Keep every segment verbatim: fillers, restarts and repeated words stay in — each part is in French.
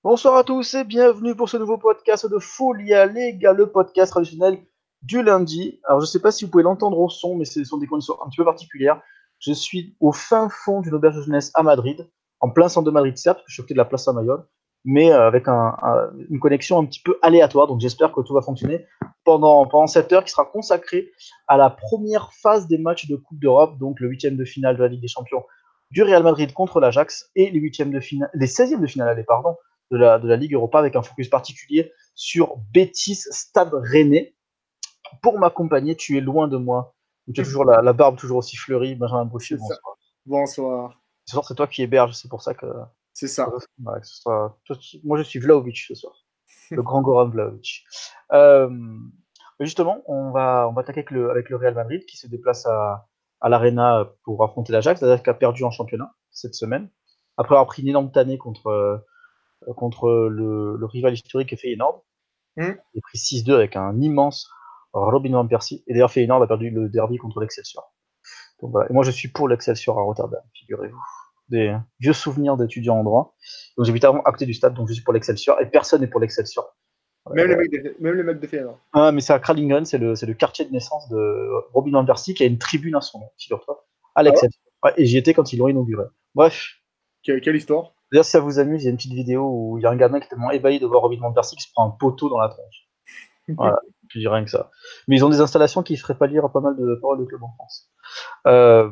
Bonsoir à tous et bienvenue pour ce nouveau podcast de Folia Lega, le podcast traditionnel du lundi. Alors je ne sais pas si vous pouvez l'entendre au son, mais ce sont des conditions un petit peu particulières. Je suis au fin fond d'une auberge de jeunesse à Madrid, en plein centre de Madrid certes, parce que je suis à côté de la Place Mayol, mais euh, avec un, un, une connexion un petit peu aléatoire. Donc j'espère que tout va fonctionner pendant, pendant cette heure qui sera consacrée à la première phase des matchs de Coupe d'Europe, donc le huitième de finale de la Ligue des Champions du Real Madrid contre l'Ajax et les huitièmes de finale, les seizièmes de finale, allez, pardon, de la, de la Ligue Europa avec un focus particulier sur Betis Stade Rennais. Pour m'accompagner, tu es loin de moi. Tu as toujours la, la barbe toujours aussi fleurie. Benjamin Brochet, C'est ça. bonsoir. Bonsoir. Ce soir, c'est toi qui héberge, c'est pour ça que. C'est ça. Ouais, que ce soit, moi, je suis Vlaovic ce soir. Le grand Goran Vlaovic. Euh, justement, on va, on va attaquer avec le, avec le Real Madrid qui se déplace à, à l'Arena pour affronter l'Ajax. L'Ajax qui a perdu en championnat cette semaine. Après avoir pris une énorme tannée contre, contre le, le rival historique Feyenoord. Hmm. Il a pris six deux avec un immense Robin Van Persie. Et d'ailleurs, Feyenoord a perdu le derby contre l'Excelsior. Donc voilà. Et moi, je suis pour l'Excelsior à Rotterdam, figurez-vous. Des vieux souvenirs d'étudiants en droit. Donc j'habite à côté du stade, donc je suis pour l'Excelsior. Et personne n'est pour l'Excelsior. Même les Voilà. mecs de, même les mecs de Feyenoord. Ah, mais c'est à Kralingen, c'est le, c'est le quartier de naissance de Robin Van Persie qui a une tribune à son nom, figure-toi, à Ah ouais? l'Excelsior. Ouais, et j'y étais quand ils l'ont inauguré. Bref, Quelle, quelle histoire? d'ailleurs, si ça vous amuse, il y a une petite vidéo où il y a un gamin qui est tellement ébahi de voir Robin Van Persie qui se prend un poteau dans la tronche. Voilà, je dis rien que ça. Mais ils ont des installations qui feraient pas lire pas mal de paroles de clubs en France. Euh,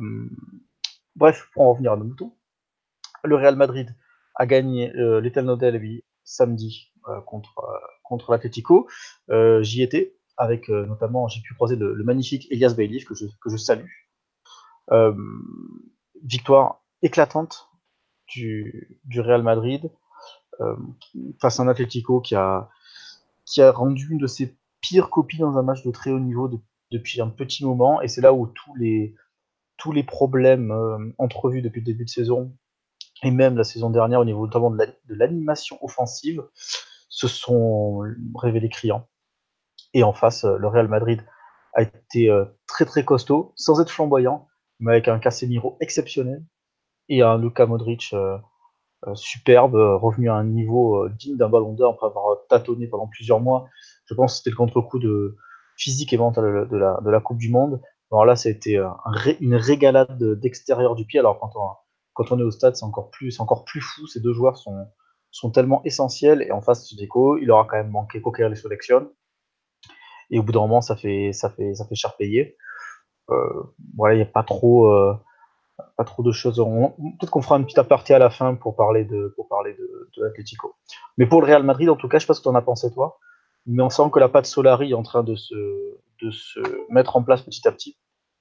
bref, pour en revenir à nos moutons, le Real Madrid a gagné euh, l'Etel Derby samedi euh, contre, euh, contre l'Atlético. Euh, J'y étais, avec euh, notamment, j'ai pu croiser le, le magnifique Elias Bailif, que je, que je salue. Euh, Victoire éclatante du, du Real Madrid euh, face à un Atlético qui a, qui a rendu une de ses pires copies dans un match de très haut niveau de, depuis un petit moment. Et c'est là où tous les, tous les problèmes euh, entrevus depuis le début de saison, et même la saison dernière au niveau notamment de l'animation offensive, se sont révélés criants. Et en face, euh, le Real Madrid a été euh, très très costaud, sans être flamboyant, mais avec un Casemiro exceptionnel et un Luka Modric euh, euh, superbe, euh, revenu à un niveau euh, digne d'un ballon d'or après avoir tâtonné pendant plusieurs mois. Je pense que c'était le contre-coup de physique et mental de la, de la Coupe du Monde. Alors là, c'était euh, un ré, une régalade d'extérieur du pied. Alors quand on, quand on est au stade, c'est encore plus, c'est encore plus fou. Ces deux joueurs sont, sont tellement essentiels. Et en face, Deco, il aura quand même manqué Coquelin les sélections. Et au bout d'un moment, ça fait, ça fait, ça fait cher payer. Euh, voilà, il n'y a pas trop, euh, pas trop de choses. On- Peut-être qu'on fera un petit aparté à la fin pour parler de, pour parler de, de l'Atlético. Mais pour le Real Madrid, en tout cas, je ne sais pas ce que tu en as pensé toi, mais on sent que la patte Solari est en train de se, de se mettre en place petit à petit.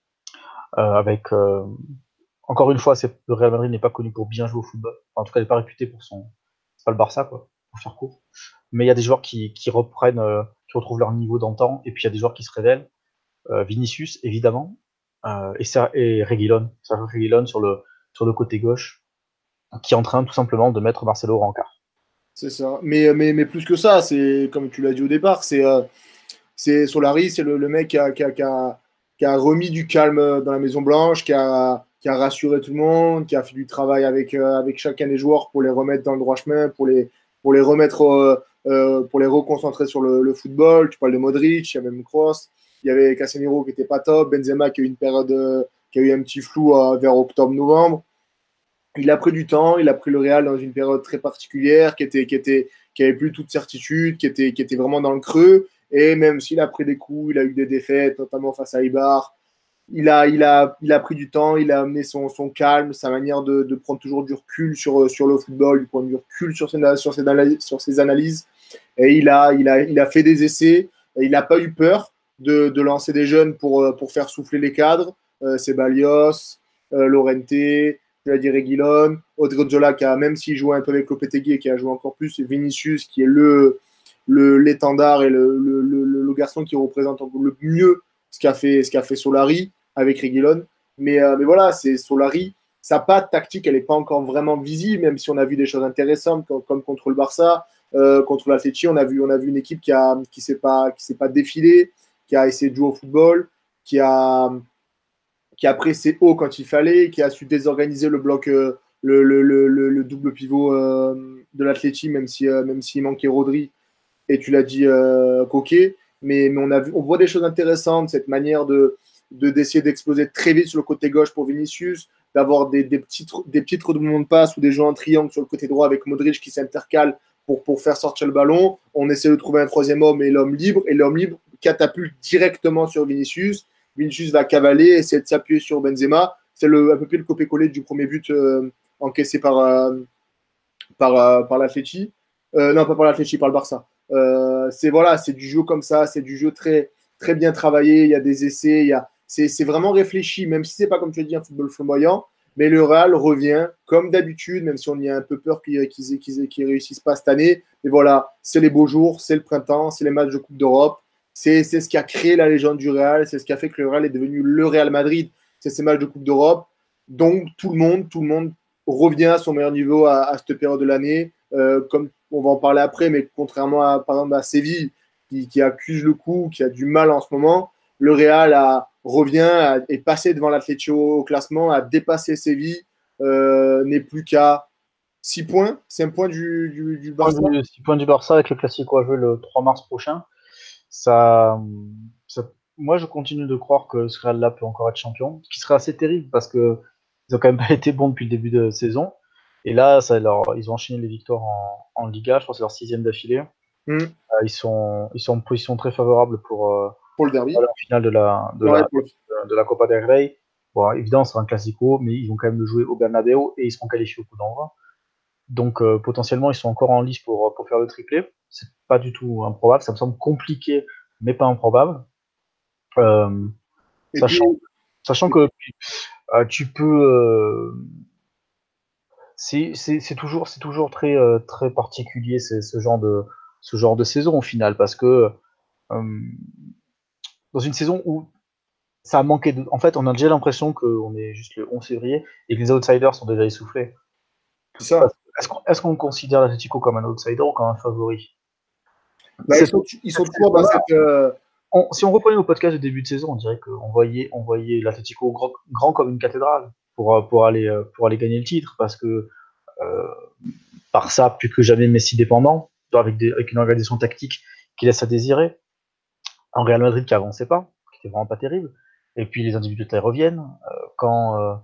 Euh, avec, euh, encore une fois, c'est- le Real Madrid n'est pas connu pour bien jouer au football. Enfin, en tout cas, il n'est pas réputé pour son. C'est pas le Barça, quoi, pour faire court. Mais il y a des joueurs qui, qui reprennent, euh, qui retrouvent leur niveau d'antan, et puis il y a des joueurs qui se révèlent. Euh, Vinicius, évidemment, euh, et, ça, et Reguilon, Sergio Reguilon sur le, sur le côté gauche, qui est en train tout simplement de mettre Marcelo au rencard. C'est ça. Mais, mais, mais plus que ça, c'est comme tu l'as dit au départ, c'est euh, c'est Solari, c'est le, le mec qui a, qui, a, qui, a, qui a remis du calme dans la Maison Blanche, qui a, qui a rassuré tout le monde, qui a fait du travail avec, euh, avec chacun des joueurs pour les remettre dans le droit chemin, pour les, pour les remettre, euh, euh, pour les reconcentrer sur le, le football. Tu parles de Modric, il y avait même Kroos, il y avait Casemiro qui était pas top, Benzema qui a eu une période, euh, qui a eu un petit flou euh, vers octobre-novembre. Il a pris du temps, il a pris le Real dans une période très particulière, qui était, qui était, qui avait plus toute certitude, qui était, qui était vraiment dans le creux. Et même s'il a pris des coups, il a eu des défaites, notamment face à Ibar. Il a, il a, il a pris du temps, il a amené son, son calme, sa manière de, de prendre toujours du recul sur, sur le football, de prendre du recul sur ses, sur ses, analyses, sur ses analyses. Et il a, il a, il a fait des essais. Il n'a pas eu peur de, de lancer des jeunes pour, pour faire souffler les cadres. Euh, Ceballos, euh, Lorente, je vais dire Reguilon, Odriozola, qui a, même s'il jouait un peu avec Lopetegui et qui a joué encore plus, et Vinicius, qui est le, le, l'étendard et le, le, le, le garçon qui représente le mieux ce qu'a fait, ce qu'a fait Solari avec Reguilon. Mais, euh, mais voilà, c'est Solari. Sa patte tactique, elle n'est pas encore vraiment visible, même si on a vu des choses intéressantes, comme, comme contre le Barça, euh, contre l'Atleti. On a vu, on a vu une équipe qui a, qui s'est pas, qui s'est pas défilée, qui a essayé de jouer au football, qui a, qui a pressé haut quand il fallait, qui a su désorganiser le bloc, euh, le, le, le, le, double pivot euh, de l'Atleti, même si, euh, même s'il manquait Rodri, et tu l'as dit, euh, Coquet, mais, mais on, a vu, on voit des choses intéressantes, cette manière de, de, d'essayer d'exploser très vite sur le côté gauche pour Vinicius, d'avoir des, des, petits, des petits redoublements de passe ou des jeux en triangle sur le côté droit avec Modric qui s'intercale pour, pour faire sortir le ballon. On essaie de trouver un troisième homme et l'homme libre, et l'homme libre catapulte directement sur Vinicius. Vinicius va cavaler, essayer de s'appuyer sur Benzema. C'est le, à peu près le copier-coller du premier but euh, encaissé par, euh, par, euh, par l'Atleti. Euh, non, pas par l'Atleti, par le Barça. Euh, c'est voilà, c'est du jeu comme ça, c'est du jeu très, très bien travaillé. Il y a des essais, il y a, c'est, c'est vraiment réfléchi, même si c'est pas comme tu as dit un football flamboyant. Mais le Real revient comme d'habitude, même si on y a un peu peur qu'ils qu'ils, qu'ils, qu'ils réussissent pas cette année. Mais voilà, c'est les beaux jours, c'est le printemps, c'est les matchs de Coupe d'Europe. C'est, c'est ce qui a créé la légende du Real, c'est ce qui a fait que le Real est devenu le Real Madrid. C'est ces matchs de Coupe d'Europe. Donc tout le monde, tout le monde revient à son meilleur niveau à, à cette période de l'année. Euh, comme on va en parler après, mais contrairement à, par exemple, à Séville, qui, qui accuse le coup, qui a du mal en ce moment, le Real a, revient, a, est passé devant l'Atlético au classement, a dépassé Séville, euh, n'est plus qu'à six points, cinq points du, du, du Barça. six points du Barça avec le Classico à jouer le trois mars prochain. Ça, ça, moi, je continue de croire que ce Real-là peut encore être champion, ce qui serait assez terrible parce que ils ont quand même pas été bons depuis le début de saison. Et là, ça leur, ils ont enchaîné les victoires en, en Liga, je pense que c'est leur sixième d'affilée. Mmh. Euh, ils, sont, ils sont en position très favorable pour, euh, pour le derby. pour la finale de la, de, la, de, de la Copa del Rey. Bon, évidemment, ce sera un classico, mais ils vont quand même le jouer au Bernabeu et ils seront qualifiés au coup d'envoi. Donc euh, potentiellement, ils sont encore en lice pour, pour faire le triplé. C'est pas du tout improbable. Ça me semble compliqué, mais pas improbable. Euh, sachant, puis, sachant que euh, tu peux. Euh, c'est, c'est, c'est toujours, c'est toujours très, euh, très particulier c'est, ce, genre de, ce genre de saison au final, parce que euh, dans une saison où ça a manqué de. En fait, on a déjà l'impression qu'on est juste le onze février et que les outsiders sont déjà essoufflés. C'est ça. Est-ce qu'on, est-ce qu'on considère l'Atlético comme un outsider ou comme un favori? Bah, ils, sont, ils sont toujours dans cette. Euh... On, si on reprenait nos podcasts de début de saison, on dirait qu'on voyait, on voyait l'Atlético grand, grand comme une cathédrale pour, pour, aller, pour aller gagner le titre parce que euh, par ça, plus que jamais Messi dépendant, avec, des, avec une organisation tactique qui laisse à désirer. Un Real Madrid qui avançait pas, qui était vraiment pas terrible. Et puis les individualités reviennent. Euh, quand euh,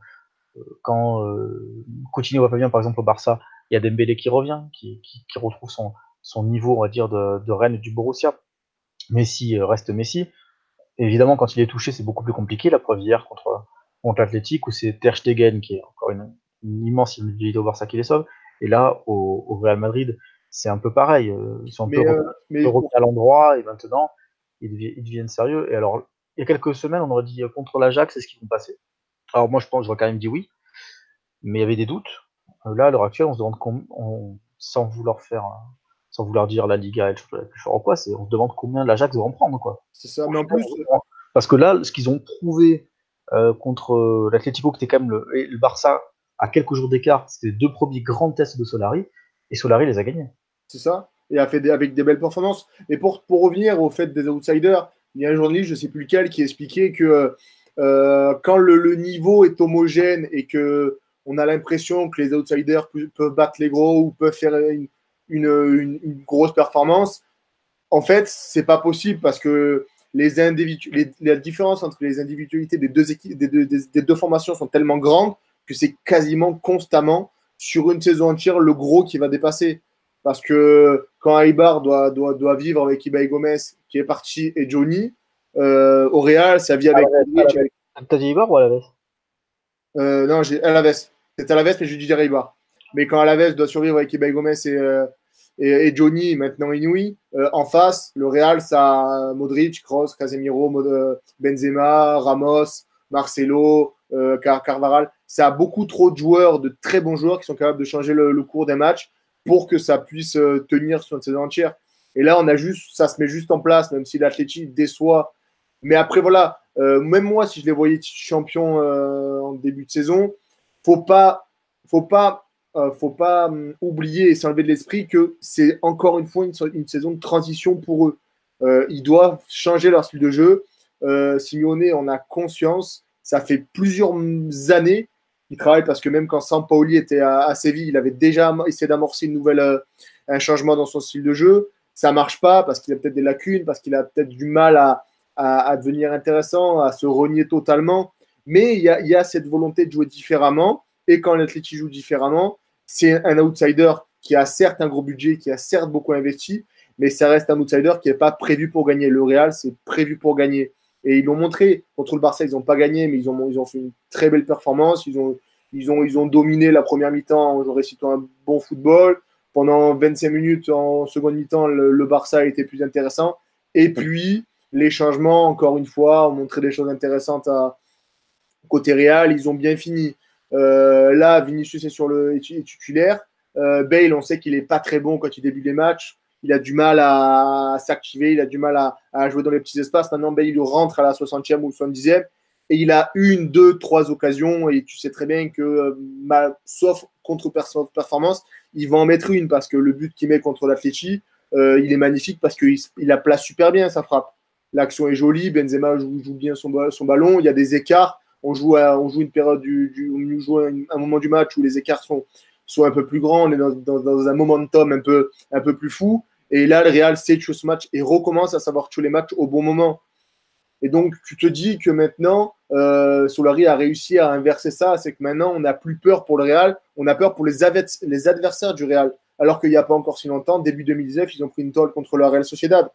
quand euh, Coutinho va pas bien, par exemple au Barça, il y a Dembélé qui revient, qui, qui, qui retrouve son, son niveau, on va dire, de, de reine du Borussia. Messi euh, reste Messi. Évidemment, quand il est touché, c'est beaucoup plus compliqué. La preuve hier contre, contre l'Athletic, où c'est Ter Stegen qui est encore une, une immense individualité au Barça qui les sauve. Et là, au, au Real Madrid, c'est un peu pareil. Ils sont un mais, peu euh, mais... remis à l'endroit et maintenant, ils deviennent, ils deviennent sérieux. Et alors, il y a quelques semaines, on aurait dit contre l'Ajax, c'est ce qu'ils vont passer. Alors moi, je pense, j'aurais quand même dit oui, mais il y avait des doutes. Là, à l'heure actuelle, on se demande, com- on, sans vouloir faire, sans vouloir dire la Liga est le plus fort ou quoi, c'est, on se demande combien l'Ajax va en prendre, quoi. C'est ça, mais en plus. Parce que là, ce qu'ils ont prouvé euh, contre euh, l'Atlético, qui était quand même le, et le Barça à quelques jours d'écart, c'était les deux premiers grands tests de Solari, et Solari les a gagnés. C'est ça, et a fait des, avec des belles performances. Mais pour, pour revenir au fait des outsiders, il y a un journaliste, je ne sais plus lequel, qui expliquait que euh, quand le, le niveau est homogène et que on a l'impression que les outsiders peuvent battre les gros ou peuvent faire une, une, une, une grosse performance, en fait, c'est pas possible parce que les individu les, la différence entre les individualités des deux, équipes, des, deux, des, des deux formations sont tellement grandes que c'est quasiment constamment sur une saison entière le gros qui va dépasser. Parce que quand Aibar doit, doit, doit vivre avec Ibai Gomez qui est parti et Johnny, euh, au Real, ça vit avec. Avec... T'as dit Ibar ou Alaves euh, Non, j'ai Alaves. C'est Alaves, mais je dis Aibar. Mais quand Alaves doit survivre avec Ibai Gomez et. Euh, Et, et Johnny, maintenant Inouï. Euh, en face, le Real, ça a Modric, Kroos, Casemiro, Mod Benzema, Ramos, Marcelo, euh, Car Carvaral. Ça a beaucoup trop de joueurs, de très bons joueurs qui sont capables de changer le, le cours des matchs pour que ça puisse euh, tenir sur une saison entière. Et là, on a juste, ça se met juste en place, même si l'Atleti déçoit. Mais après, voilà, euh, même moi, si je les voyais champions euh, en début de saison, faut pas, faut pas Euh, faut pas um, oublier et s'enlever de l'esprit que c'est encore une fois une, une saison de transition pour eux. Euh, ils doivent changer leur style de jeu. Euh, Simeone en a conscience. Ça fait plusieurs années il travaille parce que même quand Sampaoli était à, à Séville, il avait déjà essayé d'amorcer une nouvelle, euh, un changement dans son style de jeu. Ça marche pas parce qu'il a peut-être des lacunes, parce qu'il a peut-être du mal à, à, à, devenir intéressant, à se renier totalement. Mais il y a, il y a cette volonté de jouer différemment. Et quand l'Atleti joue différemment, c'est un outsider qui a certes un gros budget, qui a certes beaucoup investi, mais ça reste un outsider qui n'est pas prévu pour gagner. Le Real, c'est prévu pour gagner. Et ils l'ont montré. Contre le Barça, ils n'ont pas gagné, mais ils ont, ils ont fait une très belle performance. Ils ont, ils ont, ils ont dominé la première mi-temps en récitant un bon football. Pendant vingt-cinq minutes en seconde mi-temps, le, le Barça a été plus intéressant. Et puis, les changements, encore une fois, ont montré des choses intéressantes à côté Real. Ils ont bien fini. Euh, là, Vinicius est sur le est titulaire. Euh, Bale, on sait qu'il n'est pas très bon quand il débute les matchs. Il a du mal à, à s'activer, il a du mal à, à, jouer dans les petits espaces. Maintenant, Bale, il rentre à la soixantième ou soixante-dixième et il a une, deux, trois occasions. Et tu sais très bien que, mal, sauf contre-performance, il va en mettre une parce que le but qu'il met contre l'Atleti, euh, il est magnifique parce qu'il il la place super bien, sa frappe. L'action est jolie, Benzema joue, joue bien son, son ballon, il y a des écarts. On joue, à, on joue une période du, du on joue un, un moment du match où les écarts sont, sont un peu plus grands, on est dans, dans, dans un momentum un peu, un peu plus fou. Et là, le Real sait tuer ce match et recommence à savoir tuer les matchs au bon moment. Et donc, tu te dis que maintenant, euh, Solari a réussi à inverser ça. C'est que maintenant, on n'a plus peur pour le Real, on a peur pour les, les adversaires du Real. Alors qu'il n'y a pas encore si longtemps, début deux mille dix-neuf, ils ont pris une tôle contre le Real Sociedad.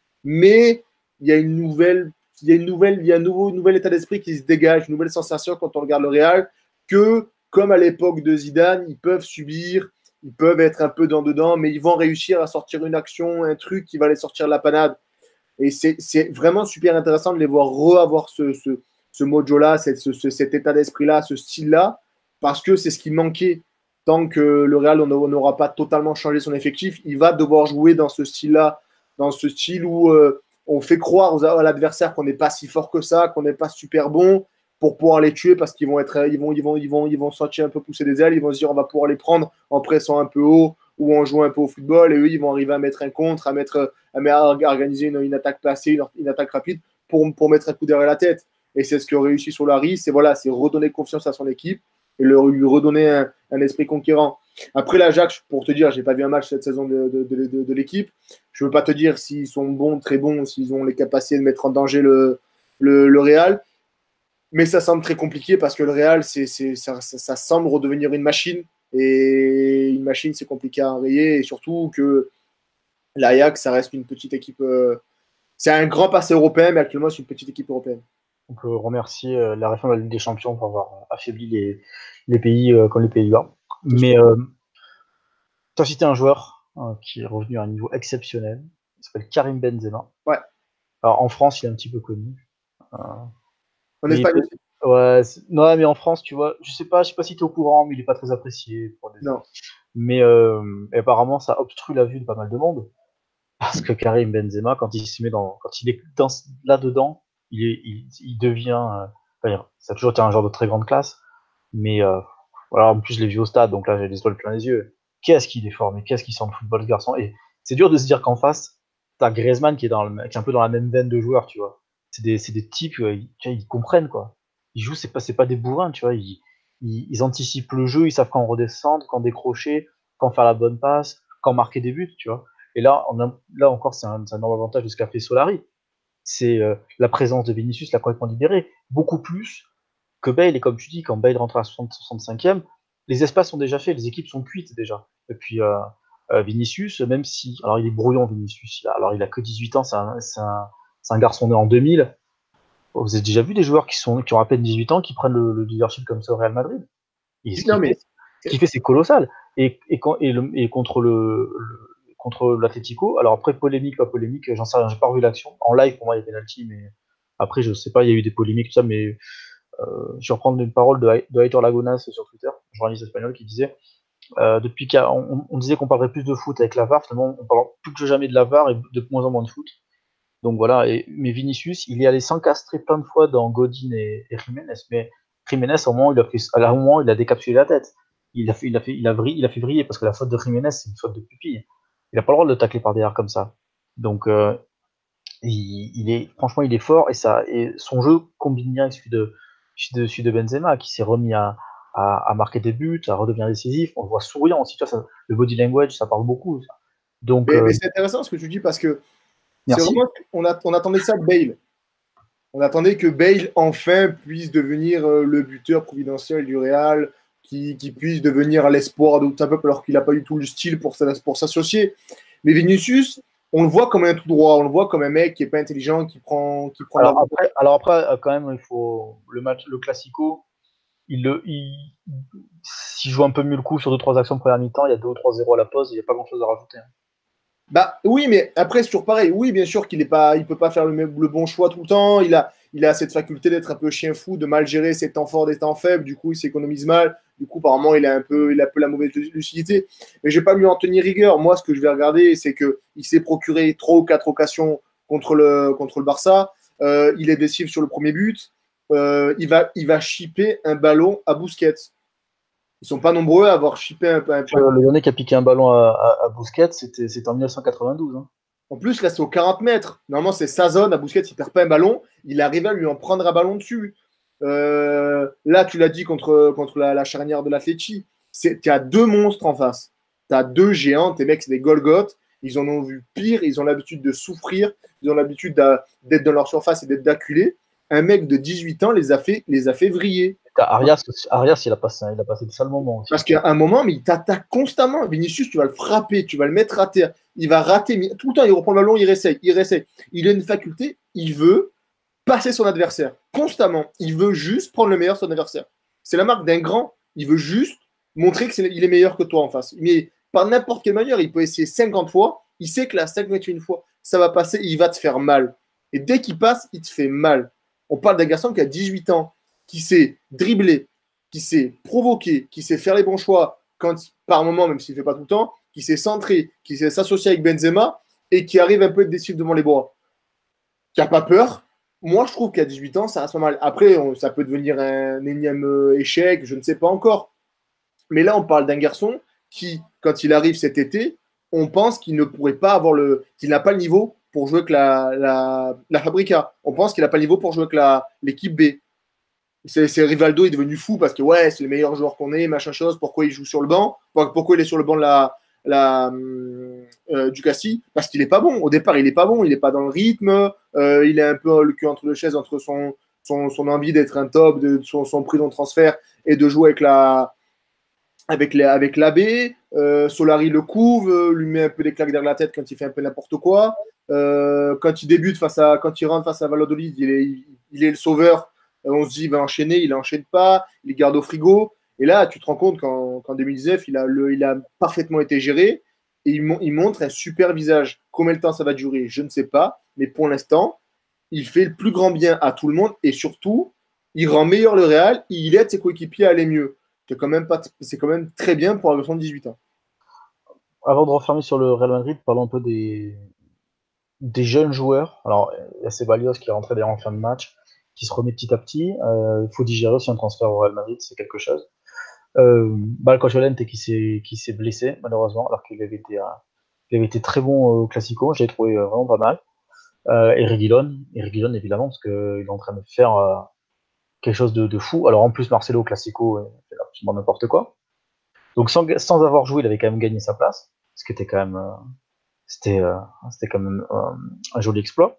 Mais il y a une nouvelle, il y a une nouvelle, il y a un nouveau, nouvel état d'esprit qui se dégage, une nouvelle sensation quand on regarde le Real, que comme à l'époque de Zidane, ils peuvent subir, ils peuvent être un peu dans dedans, mais ils vont réussir à sortir une action, un truc qui va les sortir de la panade. Et c'est, c'est vraiment super intéressant de les voir re-avoir ce, ce, ce mojo-là, cette, ce, cet état d'esprit-là, ce style-là, parce que c'est ce qui manquait. Tant que le Real n'aura pas totalement changé son effectif, il va devoir jouer dans ce style-là, dans ce style où euh, on fait croire aux, à l'adversaire qu'on n'est pas si fort que ça, qu'on n'est pas super bon, pour pouvoir les tuer parce qu'ils vont être, ils vont, ils vont, ils vont, ils vont sentir un peu pousser des ailes, ils vont se dire on va pouvoir les prendre en pressant un peu haut ou en jouant un peu au football, et eux ils vont arriver à mettre un contre, à mettre, à, à organiser une, une attaque placée, une, une attaque rapide pour, pour mettre un coup derrière la tête. Et c'est ce que réussit Solari, c'est voilà, c'est redonner confiance à son équipe et leur, lui redonner un, un esprit conquérant. Après l'Ajax, pour te dire, j'ai pas vu un match cette saison de, de, de, de, de l'équipe. Je veux pas te dire s'ils sont bons, très bons, s'ils ont les capacités de mettre en danger le, le, le Real. Mais ça semble très compliqué parce que le Real, c'est, c'est, ça, ça, ça semble redevenir une machine. Et une machine, c'est compliqué à enrayer. Et surtout que l'Ajax, ça reste une petite équipe. Euh, c'est un grand passé européen, mais actuellement, c'est une petite équipe européenne. On peut remercier euh, la réforme de la Ligue des Champions pour avoir affaibli les, les pays euh, comme les Pays-Bas. Mais euh, tu as cité un joueur euh, qui est revenu à un niveau exceptionnel. Il s'appelle Karim Benzema. Ouais. Alors en France, il est un petit peu connu. Euh, En mais Espagne aussi. Ouais, non, mais en France, tu vois, je sais pas, je sais pas si tu es au courant, mais il est pas très apprécié. Pour des... Non. Mais euh, apparemment, ça obstrue la vue de pas mal de monde. Parce que Karim Benzema, quand il se met dans, quand il est dans, là-dedans, il, est, il, il devient, euh, enfin, ça a toujours été un joueur de très grande classe, mais euh, voilà, en plus je l'ai vu au stade, donc là j'ai les étoiles plein les yeux. Qu'est-ce qu'il est fort, mais qu'est-ce qu'il sent le football ce garçon. Et c'est dur de se dire qu'en face, t'as Griezmann qui est, dans le, qui est un peu dans la même veine de joueurs, tu vois. C'est des, c'est des types, euh, ils, tu vois, ils comprennent quoi. Ils jouent, c'est pas, c'est pas des bourrins, tu vois. Ils, ils, ils anticipent le jeu, ils savent quand redescendre, quand décrocher, quand faire la bonne passe, quand marquer des buts, tu vois. Et là, on a, là encore, c'est un, un énorme avantage de ce qu'a fait Solari. C'est euh, la présence de Vinicius l'a complètement libéré. Beaucoup plus que Bale. Et comme tu dis, quand Bale rentre à soixante, soixante-cinquième, les espaces sont déjà faits, les équipes sont cuites déjà. Et puis euh, euh, Vinicius, même si. Alors il est brouillon, Vinicius. Il a, alors il a que dix-huit ans, c'est un, c'est un, c'est un garçon né en deux mille. Vous avez déjà vu des joueurs qui, sont, qui ont à peine dix-huit ans qui prennent le, le leadership comme ça au Real Madrid. Et ce Non, qu'il mais fait, ce qu'il fait, c'est colossal. Et, et, quand, et, le, et contre le, le contre l'Atlético, alors après polémique, pas polémique, j'en sais rien, j'ai pas revu l'action. En live, pour moi, il y a penalty, mais après, je sais pas, il y a eu des polémiques, tout ça, mais euh, je vais reprendre une parole de, de Aitor Lagonas sur Twitter, journaliste espagnol, qui disait euh, depuis qu'on on disait qu'on parlerait plus de foot avec la V A R, finalement, on parle plus que jamais de la V A R et de moins en moins de foot. Donc voilà, et, mais Vinicius, il est allé s'encastrer plein de fois dans Godin et, et Jiménez, mais Jiménez, au moment, il a fait, à un moment, il a décapsulé la tête. Il a fait, il a fait, il a vrillé, il a fait vriller parce que la faute de Jiménez, c'est une faute de pupille. Il n'a pas le droit de le tacler par derrière comme ça. Donc, euh, il, il est, franchement, il est fort et ça, et son jeu combine bien avec celui de, celui de, celui de Benzema qui s'est remis à, à, à marquer des buts, à redevenir décisif. On le voit souriant aussi. Tu vois, ça, le body language, ça parle beaucoup. Ça. Donc, Mais, euh, mais c'est intéressant ce que tu dis parce que c'est merci. vraiment, on, a, on attendait ça de Bale. On attendait que Bale enfin puisse devenir euh, le buteur providentiel du Real, qui, qui puisse devenir l'espoir de tout un peuple alors qu'il n'a pas du tout le style pour, pour s'associer. Mais Vinicius, on le voit comme un tout droit, on le voit comme un mec qui n'est pas intelligent, qui prend, qui prend de la Alors après, alors après, euh, quand même, il faut le match, le Classico. Il, le, il, s'il joue un peu mieux le coup sur deux trois actions de première mi-temps, il y a deux ou trois zéro à la pause, il n'y a pas grand chose à rajouter. Hein. Bah oui, mais après c'est toujours pareil. Oui, bien sûr qu'il est pas, il peut pas faire le, le, bon choix tout le temps. Il a, il a cette faculté d'être un peu chien fou, de mal gérer ses temps forts, des temps faibles. Du coup, il s'économise mal. Du coup, apparemment, il a un peu, il a un peu la mauvaise lucidité. Mais je vais pas lui en tenir rigueur. Moi, ce que je vais regarder, c'est que il s'est procuré trois ou quatre occasions contre le, contre le Barça. Euh, il est décisif sur le premier but. Euh, il va, il va chipper un ballon à Busquets. Ils sont pas nombreux à avoir chippé un, un, un... Le dernier qui a piqué un ballon à, à, à Busquets, c'était, c'était en mille neuf cent quatre-vingt-douze. Hein. En plus, là, c'est aux quarante mètres. Normalement, c'est sa zone. À Busquets, il perd pas un ballon. Il arrive à lui en prendre un ballon dessus. Euh, là, tu l'as dit contre, contre la, la charnière de l'Atleti. Tu as deux monstres en face. Tu as deux géants. Tes mecs, c'est des Golgoth. Ils en ont vu pire. Ils ont l'habitude de souffrir. Ils ont l'habitude d'être dans leur surface et d'être d'acculés. Un mec de dix-huit ans les a fait, les a fait vriller. Arias, Arias, il a passé, il a passé de sales moments aussi. Parce qu'à un moment, mais il t'attaque constamment. Vinicius, tu vas le frapper, tu vas le mettre à terre. Il va rater. Mais tout le temps, il reprend le ballon, il réessaye, il réessaye. Il a une faculté, il veut passer son adversaire constamment. Il veut juste prendre le meilleur de son adversaire. C'est la marque d'un grand. Il veut juste montrer qu'il est, est meilleur que toi en face. Mais par n'importe quelle manière, il peut essayer cinquante fois. Il sait que la cinquante et une fois, ça va passer, il va te faire mal. Et dès qu'il passe, il te fait mal. On parle d'un garçon qui a dix-huit ans, qui sait dribbler, qui sait provoquer, qui sait faire les bons choix quand, par moment, même s'il ne fait pas tout le temps, qui sait centrer, qui sait s'associer avec Benzema et qui arrive un peu à être décisif devant les bois. Qui n'a pas peur. Moi, je trouve qu'à dix-huit ans, ça reste pas mal. Après, on, ça peut devenir un énième échec, je ne sais pas encore. Mais là, on parle d'un garçon qui, quand il arrive cet été, on pense qu'il ne pourrait pas avoir le, qu'il n'a pas le niveau pour jouer avec la, la, la Fabrica. On pense qu'il n'a pas le niveau pour jouer avec la, l'équipe B. C'est, c'est Rivaldo est devenu fou parce que ouais, c'est le meilleur joueur qu'on ait, machin chose. Pourquoi il joue sur le banc? Pourquoi il est sur le banc de la, la euh, du Cassis? Parce qu'il est pas bon. Au départ, il est pas bon. Il est pas dans le rythme. Euh, il est un peu le cul entre deux chaises entre son son, son envie d'être un top, de son, son prix de transfert et de jouer avec la avec les, avec l'A B. Euh, Solari le couve, lui met un peu des claques derrière la tête quand il fait un peu n'importe quoi. Euh, quand il débute face à, quand il rentre face à Valladolid, il est, il, il est le sauveur. On se dit, il va enchaîner, il n'enchaîne pas, il les garde au frigo. Et là, tu te rends compte qu'en, qu'en deux mille dix-neuf, il a, le, il a parfaitement été géré et il, il montre un super visage. Combien de temps ça va durer, je ne sais pas. Mais pour l'instant, il fait le plus grand bien à tout le monde et surtout, il rend meilleur le Real, il aide ses coéquipiers à aller mieux. C'est quand même, pas, c'est quand même très bien pour un garçon de dix-huit ans. Avant de refermer sur le Real Madrid, parlons un peu des, des jeunes joueurs. Alors, il y a Ceballos qui est rentré d'ailleurs en fin de match, qui se remet petit à petit. Euh, il faut digérer aussi un transfert au Real Madrid, c'est quelque chose. Euh, Balcosolente qui s'est, qui s'est blessé, malheureusement, alors qu'il avait été, euh, il avait été très bon au Classico. J'ai trouvé euh, vraiment pas mal. Euh, et Reguilon, et Reguilon évidemment, parce qu'il est en train de faire euh, quelque chose de, de fou. Alors en plus, Marcelo au Classico, il fait absolument n'importe quoi. Donc sans, sans avoir joué, il avait quand même gagné sa place, ce qui était quand même, euh, c'était, euh, c'était quand même euh, un joli exploit.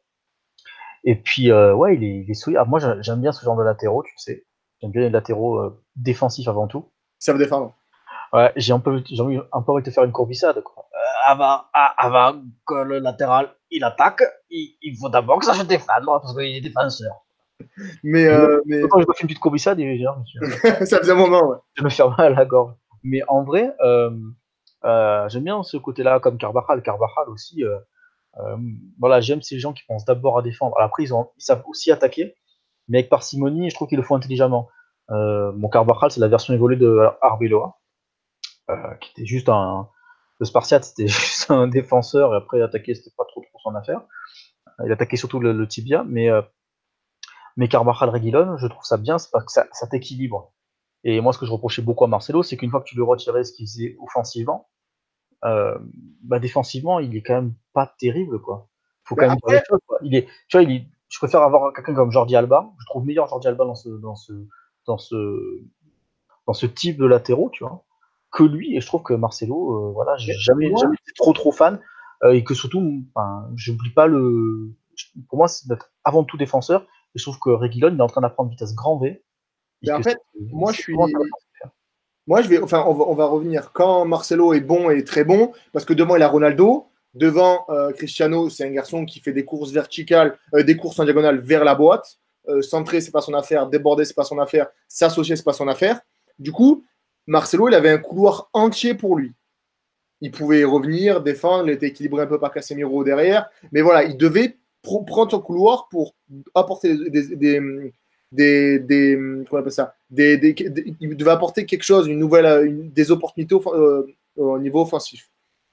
Et puis, euh, ouais, il est, il est solide. Ah, moi, j'aime bien ce genre de latéraux, tu sais. J'aime bien les latéraux euh, défensifs avant tout. Ça veut défendre. Ouais, j'ai un peu, j'ai envie, un peu envie de te faire une courbissade, quoi. Euh, avant, ah, avant que le latéral il attaque, il, il faut d'abord que ça se défendre parce qu'il est défenseur. Mais, Je, euh, mais... quand je me fais une petite courbissade, et genre, je, ça faisait un moment, ouais. je me fais mal à la gorge. Mais en vrai, euh, euh, j'aime bien ce côté-là, comme Carvajal. Carvajal aussi, euh, euh, voilà, j'aime ces gens qui pensent d'abord à défendre. Alors après, ils, ont, ils savent aussi attaquer, mais avec parcimonie, je trouve qu'ils le font intelligemment. Euh, mon Carvajal, c'est la version évoluée de Arbeloa, euh, qui était juste un. Le Spartiate, c'était juste un défenseur, et après, attaquer, c'était pas trop, trop son affaire. Il attaquait surtout le, le tibia, mais, euh, mais Carvajal Reguilon, je trouve ça bien, c'est parce que ça, ça t'équilibre. Et moi, ce que je reprochais beaucoup à Marcelo, c'est qu'une fois que tu lui retirais ce qu'il faisait offensivement, euh, bah, défensivement, il est quand même pas terrible, quoi. Faut Mais quand même dire les après, choses, quoi. Il est, tu vois, il est, je préfère avoir quelqu'un comme Jordi Alba. Je trouve meilleur Jordi Alba dans ce, dans ce, dans ce, dans ce type de latéraux, tu vois, que lui. Et je trouve que Marcelo, euh, voilà, j'ai Mais jamais, moi, jamais été trop trop fan. Euh, et que surtout, enfin, j'oublie pas le. Pour moi, c'est d'être avant tout défenseur. Et je trouve que Reguilon, il est en train d'apprendre vitesse grand V. Et mais en que c'est fait, moi, je c'est vraiment suis. intéressant ce qu'il fait. Moi, je vais, enfin, on va, on va revenir. Quand Marcelo est bon et très bon, parce que devant, il a Ronaldo. Devant, euh, Cristiano, c'est un garçon qui fait des courses verticales, euh, des courses en diagonale vers la boîte. Euh, centrer, c'est pas son affaire. Déborder, c'est pas son affaire. S'associer, c'est pas son affaire. Du coup, Marcelo, il avait un couloir entier pour lui. Il pouvait revenir, défendre, il était équilibré un peu par Casemiro derrière. Mais voilà, il devait pr- prendre son couloir pour apporter des, des, des, des, des comment on appelle ça des, des, des, il devait apporter quelque chose, une nouvelle, une, des opportunités euh, au niveau offensif.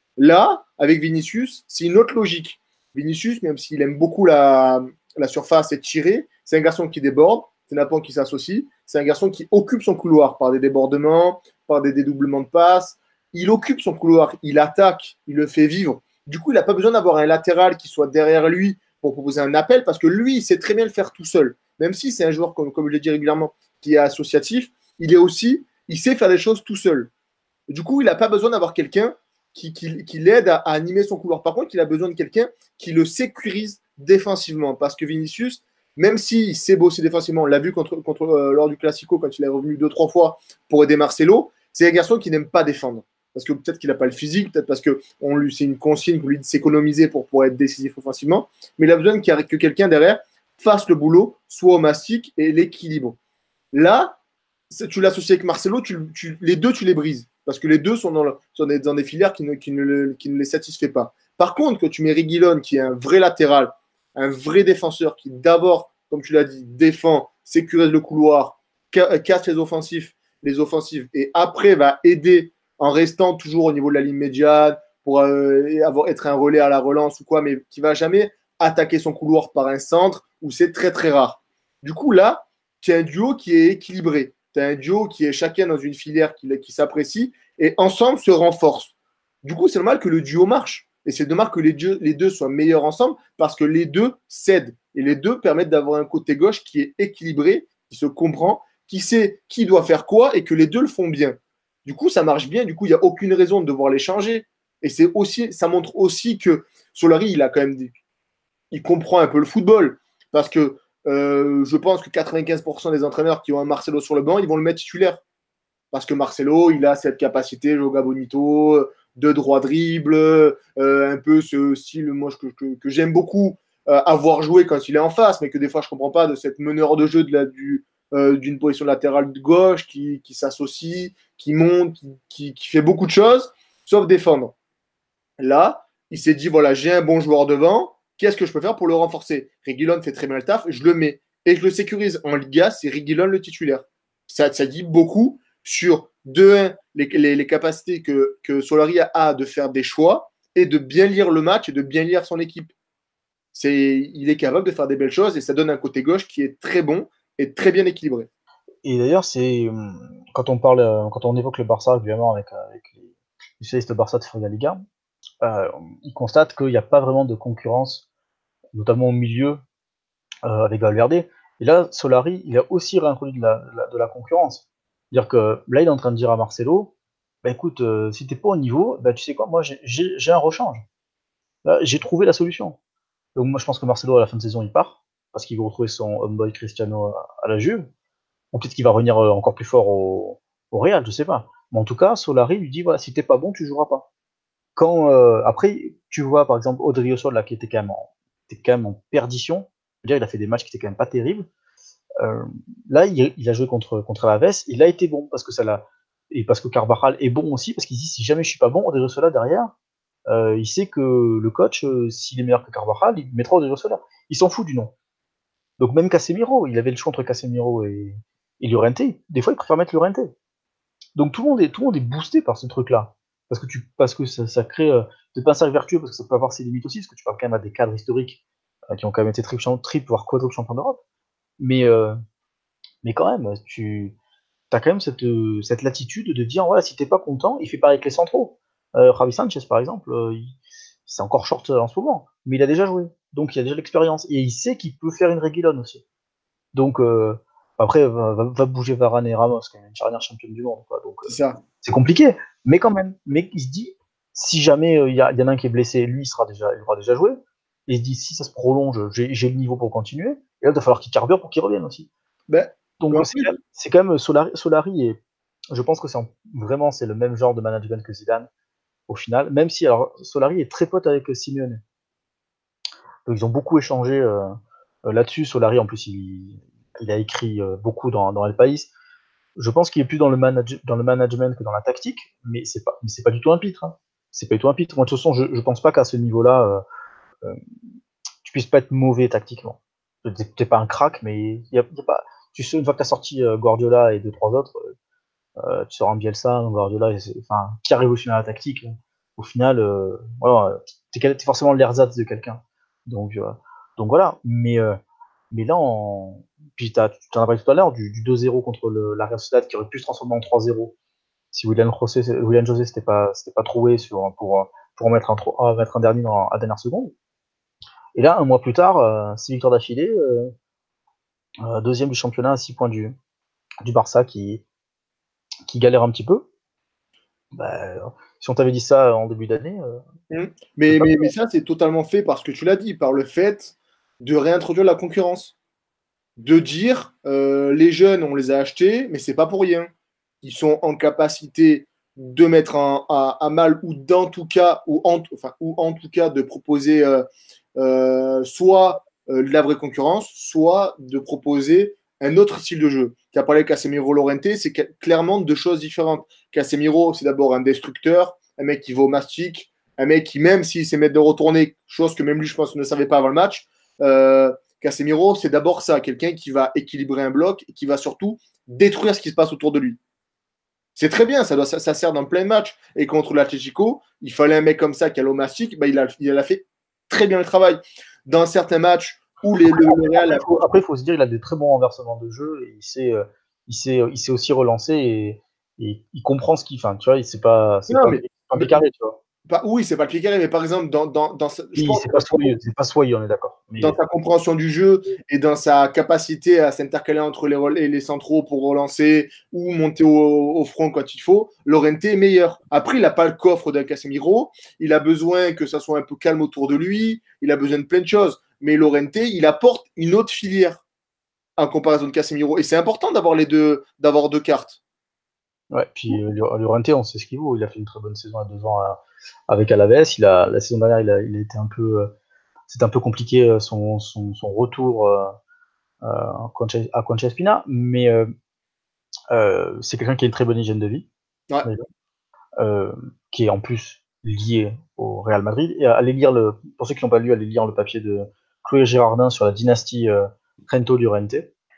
Là, avec Vinicius, c'est une autre logique. Vinicius, même s'il aime beaucoup la, la surface et tirer, c'est un garçon qui déborde, c'est un point qui s'associe, c'est un garçon qui occupe son couloir par des débordements, par des dédoublements de passes. Il occupe son couloir, il attaque, il le fait vivre. Du coup, il n'a pas besoin d'avoir un latéral qui soit derrière lui pour proposer un appel parce que lui, il sait très bien le faire tout seul. Même si c'est un joueur, comme, comme je l'ai dit régulièrement, qui est associatif, il est aussi, il sait faire des choses tout seul. Du coup, il n'a pas besoin d'avoir quelqu'un qui, qui, qui l'aide à, à, animer son couloir. Par contre, il a besoin de quelqu'un qui le sécurise défensivement. Parce que Vinicius, même s'il sait bosser défensivement, on l'a vu contre, contre, euh, lors du Classico quand il est revenu deux, trois fois pour aider Marcelo, c'est un garçon qui n'aime pas défendre. Parce que peut-être qu'il n'a pas le physique, peut-être parce que on lui, c'est une consigne pour lui de s'économiser pour pouvoir être décisif offensivement. Mais il a besoin que quelqu'un derrière fasse le boulot, soit au mastic et l'équilibre. Là, tu l'associes avec Marcelo, tu, tu, les deux, tu les brises. Parce que les deux sont dans, le, sont des, dans des filières qui ne, qui, ne, qui ne les satisfait pas. Par contre, quand tu mets Reguilon, qui est un vrai latéral, un vrai défenseur, qui d'abord, comme tu l'as dit, défend, sécurise le couloir, casse les offensifs, les offensives, et après va aider en restant toujours au niveau de la ligne médiane, pour euh, avoir, être un relais à la relance ou quoi, mais qui va jamais attaquer son couloir par un centre, où c'est très très rare. Du coup, là, tu as un duo qui est équilibré. Tu as un duo qui est chacun dans une filière qui, qui s'apprécie et ensemble se renforcent. Du coup, c'est normal que le duo marche. Et c'est normal que les deux, les deux soient meilleurs ensemble parce que les deux s'aident. Et les deux permettent d'avoir un côté gauche qui est équilibré, qui se comprend, qui sait qui doit faire quoi et que les deux le font bien. Du coup, ça marche bien. Du coup, il n'y a aucune raison de devoir les changer. Et c'est aussi, ça montre aussi que Solari, il a quand même dit, il comprend un peu le football. Parce que euh, je pense que quatre-vingt-quinze pour cent des entraîneurs qui ont un Marcelo sur le banc, ils vont le mettre titulaire. Parce que Marcelo, il a cette capacité, Joga Bonito, de droit dribble, euh, un peu ce style moi, que, que, que j'aime beaucoup euh, avoir joué quand il est en face, mais que des fois je ne comprends pas de cette meneur de jeu de la, du, euh, d'une position latérale de gauche qui, qui s'associe, qui monte, qui, qui, qui fait beaucoup de choses, sauf défendre. Là, il s'est dit voilà, j'ai un bon joueur devant, qu'est-ce que je peux faire pour le renforcer? Reguilon fait très bien le taf, je le mets. Et je le sécurise en Liga, c'est Reguilon le titulaire. Ça, ça dit beaucoup sur, de un, les, les, les capacités que, que Solari a de faire des choix et de bien lire le match et de bien lire son équipe. C'est, il est capable de faire des belles choses et ça donne un côté gauche qui est très bon et très bien équilibré. Et d'ailleurs, c'est quand on parle, euh, quand on évoque le Barça, évidemment, avec, euh, avec les spécialistes de Barça de la Liga, euh, ils constatent qu'il n'y a pas vraiment de concurrence, notamment au milieu, euh, avec Valverde. Et là, Solari, il a aussi réintroduit de la, de la, de la concurrence. C'est-à-dire que là, il est en train de dire à Marcelo, bah écoute, euh, si t'es pas au niveau, bah tu sais quoi, moi j'ai un rechange. Là, j'ai trouvé la solution. Donc moi, je pense que Marcelo, à la fin de saison, il part, parce qu'il va retrouver son homeboy Cristiano à, à la Juve. Ou peut-être qu'il va revenir euh, encore plus fort au, au Real, je sais pas. Mais en tout cas, Solari lui dit, voilà, si t'es pas bon, tu joueras pas. Quand, euh, après, tu vois, par exemple, Odriozola, là, qui était quand même en, était quand même en perdition. Je veux dire, il a fait des matchs qui étaient quand même pas terribles. Euh, Là, il, il, a joué contre, contre Alaves, il a été bon, parce que ça l'a, et parce que Carvajal est bon aussi, parce qu'il dit, si jamais je suis pas bon, Odriozola derrière, euh, il sait que le coach, euh, s'il est meilleur que Carvajal, il mettra Odriozola. Il s'en fout du nom. Donc même Casemiro, il avait le choix entre Casemiro et, et Llorente. Des fois, il préfère mettre Llorente. Donc tout le monde est, tout le monde est boosté par ce truc-là. Parce que, tu, parce que ça, ça crée euh, peut-être pas un cercle vertueux, parce que ça peut avoir ses limites aussi, parce que tu parles quand même à des cadres historiques euh, qui ont quand même été triple, triple voire quadruple champion d'Europe. Mais, euh, mais quand même, tu as quand même cette, euh, cette latitude de dire, voilà, si t'es pas content, il fait pareil avec les centraux. Euh, Javi Sanchez, par exemple, euh, il- c'est encore short euh, en ce moment, mais il a déjà joué. Donc il a déjà l'expérience. Et il sait qu'il peut faire une Reguilon aussi. Donc, euh, Après, va, va- va bouger Varane et Ramos, quand même, une charnière championne du monde, quoi. Donc, C'est euh, ça. c'est compliqué. Mais quand même. Mais il se dit, si jamais il y, a- y en a un qui est blessé, lui, il sera déjà, il aura déjà joué. Et il se dit, si ça se prolonge, j'ai j'ai le niveau pour continuer. Et là, il va falloir qu'il carbure pour qu'il revienne aussi. Ben, Donc, en c'est plus, quand même, c'est quand même Solari, Solari et je pense que c'est en- vraiment c'est le même genre de management que Zidane au final. Même si alors Solari est très pote avec Simeone. Donc, ils ont beaucoup échangé euh, euh, là-dessus. Solari, en plus, il, il a écrit euh, beaucoup dans, dans El País. Je pense qu'il est plus dans le, manage, dans le management que dans la tactique, mais c'est pas, mais c'est pas du tout un pitre. Hein. C'est pas du tout un pitre. Moi, de toute façon, je, je pense pas qu'à ce niveau-là, euh, euh, tu puisses pas être mauvais tactiquement. T'es, t'es pas un crack, mais y a, y a pas. Tu sais, une fois que t'as sorti euh, Guardiola et deux trois autres, euh, tu sors un Bielsa, un Guardiola, et c'est- enfin, qui a révolutionné la tactique. Hein. Au final, euh, voilà, t'es, quel- t'es forcément l'ersatz de quelqu'un. Donc, euh, donc voilà. Mais euh, mais là, en... puis t'as, tu en as parlé tout à l'heure, du, du deux zéro contre le, la Real Sociedad qui aurait pu se transformer en trois zéro si William José, William José s'était pas, s'était pas trouvé sur, pour, pour en mettre un, tro- ah, mettre un dernier dans, à dernière seconde. Et là, un mois plus tard, euh, six victoires d'affilée, euh, euh, deuxième du championnat à six points du, du Barça qui, qui galère un petit peu. Bah, si on t'avait dit ça en début d'année, euh, hmm. c'est mais, pas mais, cool. mais ça, c'est totalement fait parce que tu l'as dit, par le fait de réintroduire la concurrence. De dire euh, les jeunes, on les a achetés, mais c'est pas pour rien. Ils sont en capacité de mettre un, à, à, mal ou d'en tout cas, ou en, enfin, ou en tout cas de proposer euh, euh, soit euh, de la vraie concurrence, soit de proposer un autre style de jeu. Tu as parlé de Casemiro Lorente, c'est clairement deux choses différentes. Casemiro, c'est d'abord un destructeur, un mec qui va au mastic, un mec qui, même s'il sait mettre de retourner, chose que même lui, je pense, ne savait pas avant le match, euh, Casemiro, c'est d'abord ça, quelqu'un qui va équilibrer un bloc et qui va surtout détruire ce qui se passe autour de lui. C'est très bien, ça, doit, ça, ça sert dans plein de matchs. Et contre l'Atlético, il fallait un mec comme ça qui a l'omastique, bah, il, a, il a fait très bien le travail. Dans certains matchs où les, Après, le, le après, Real a... il faut, après, faut se dire qu'il a des très bons renversements de jeu et il sait, euh, il sait, il sait aussi relancer et, et il comprend ce qu'il fait. Tu vois, il c'est pas, c'est Non, pas un mais, pied, un mais pied carré, tu vois. pas, oui, c'est pas le pied carré, mais par exemple, dans, dans, dans je Oui, pense c'est pas soyeux, c'est pas soyeux, on est d'accord. dans Mais sa compréhension du jeu et dans sa capacité à s'intercaler entre les, relais, les centraux pour relancer ou monter au, au front quand il faut, Lorente est meilleur. Après, il n'a pas le coffre d'un Casemiro, il a besoin que ça soit un peu calme autour de lui, il a besoin de plein de choses. Mais Lorente, il apporte une autre filière en comparaison de Casemiro. Et c'est important d'avoir les deux, d'avoir deux cartes. ouais, puis euh, Llorente, on sait ce qu'il vaut. Il a fait une très bonne saison à deux ans à- avec Alaves. Il a, la saison dernière, il a, il a été un peu, euh, c'était un peu compliqué euh, son, son, son retour euh, euh, à Concha à Concha Espina, mais euh, euh, c'est quelqu'un qui a une très bonne hygiène de vie. Ouais. Déjà. Euh, qui est en plus lié au Real Madrid. Et allez lire le, pour ceux qui n'ont pas lu, allez lire le papier de Chloé Girardin sur la dynastie euh, Trento Llorente.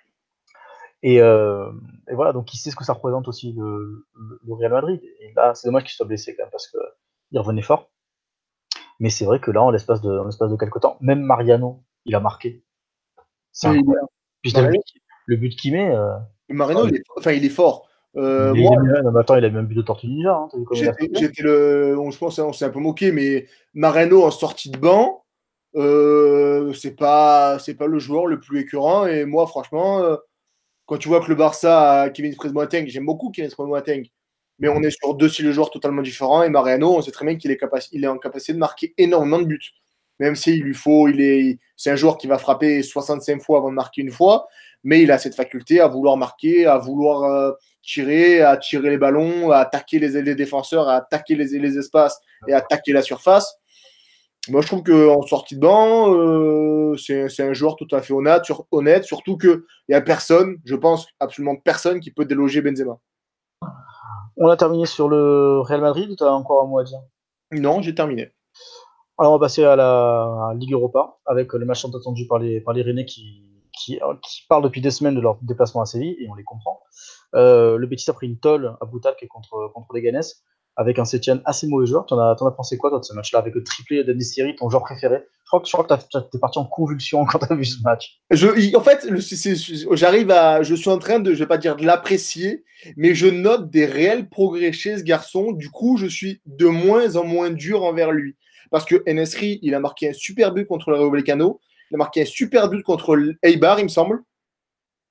Et, euh, et voilà, donc il sait ce que ça représente aussi le, le, le Real Madrid. Et là, c'est dommage qu'il soit blessé quand même parce qu'il revenait fort. Mais c'est vrai que là, en l'espace de, en l'espace de quelques temps, même Mariano, il a marqué. C'est Mais il est- incroyable. Puis le but, Marino, le but qu'il met, euh, Marino, il est, enfin, il est fort. Euh, il moi, est, non, mais attends, il a même but de Tortue Ninja. Hein, t'as vu comme il a J'étais, fait. j'étais le, on, je pense qu'on s'est un peu moqué, mais Mareno en sortie de banc, euh, c'est pas, c'est pas le joueur le plus écœurant. Et moi, franchement, euh, quand tu vois que le Barça a Kevin Prince-Boateng, j'aime beaucoup Kevin Prince-Boateng, mais on est sur deux styles de joueurs totalement différents. Et Mariano, on sait très bien qu'il est, capaci- il est en capacité de marquer énormément de buts. Même s'il lui faut, il est, c'est un joueur qui va frapper soixante-cinq fois avant de marquer une fois, mais il a cette faculté à vouloir marquer, à vouloir euh, tirer, à tirer les ballons, à attaquer les, les défenseurs, à attaquer les, les espaces et à attaquer la surface. Moi, je trouve qu'en sortie de banc, euh, c'est, c'est un joueur tout à fait honnête, sur, honnête surtout qu'il n'y a personne, je pense absolument personne qui peut déloger Benzema. On a terminé sur le Real Madrid, ou tu as encore un mot à dire? Non, j'ai terminé. Alors, on va passer à la Ligue Europa avec le match tant attendu par les, par les Rennais qui, qui, qui parlent depuis des semaines de leur déplacement à Séville, et on les comprend. Euh, le Betis a pris une tôle à Brutal contre, contre Leganés avec un Sétienne assez mauvais joueur. T'en as, t'en as pensé quoi toi, de ce match-là avec le triplé d'Enesiri, ton joueur préféré? Je crois que, je crois que t'es parti en convulsion quand t'as vu ce match. Je, en fait, le- c'est- c'est- j'arrive à, je suis en train de, je vais pas dire de l'apprécier, mais je note des réels progrès chez ce garçon. Du coup, je suis de moins en moins dur envers lui. Parce que Enesri, il a marqué un super but contre le Rayo Vallecano. Il a marqué un super but contre Eibar, il me semble.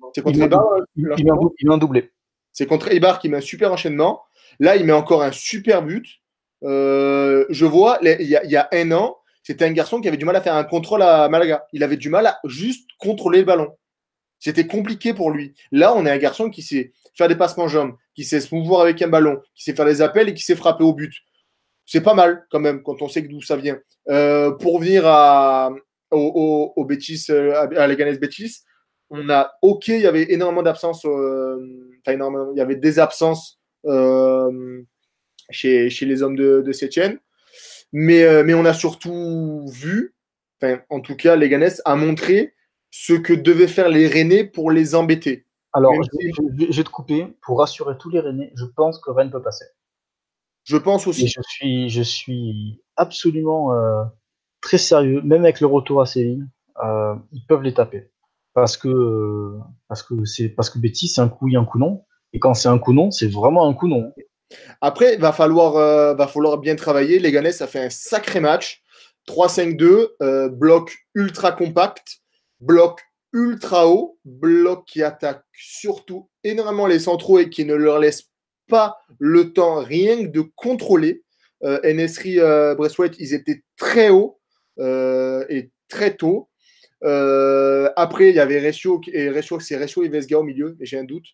C'est Il contre met un Eibar, doublé. Il, il met un, l'enchaînement. il met un doublé. C'est contre Eibar qui met un super enchaînement. Là, il met encore un super but. Euh, je vois, il y, a, il y a un an, c'était un garçon qui avait du mal à faire un contrôle à Malaga. Il avait du mal à juste contrôler le ballon. C'était compliqué pour lui. Là, on est un garçon qui sait faire des passements jambes, qui sait se mouvoir avec un ballon, qui sait faire des appels et qui sait frapper au but. C'est pas mal quand même quand on sait d'où ça vient. Euh, pour venir à, au, au, au Betis, à, à Leganés Betis, on a ok, il y avait énormément d'absences, euh, enfin énormément, il y avait des absences euh, chez, chez les hommes de, de Sétienne, mais, euh, mais on a surtout vu, enfin en tout cas, Leganés a montré ce que devaient faire les Rennais pour les embêter. Alors, Même je, si, je- je vais te couper pour rassurer tous les Rennais. Je pense que Rennes peut passer. je pense Et aussi. je suis, je suis absolument euh, très sérieux, même avec le retour à Séville, euh, ils peuvent les taper. Parce que, euh, parce que c'est, parce que Betis, c'est un coup oui, un coup non. Et quand c'est un coup non, c'est vraiment un coup non. Après, il va falloir, euh, va falloir bien travailler. Les Ganais, ça fait un sacré match. trois cinq deux, euh, bloc ultra compact, bloc ultra haut, bloc qui attaque surtout énormément les centraux et qui ne leur laisse pas le temps rien que de contrôler. Euh, Enesri, euh, Bressouet, ils étaient très hauts euh, et très tôt. Euh, après, il y avait Recio, et Recio, c'est Recio et Vesga au milieu, mais j'ai un doute,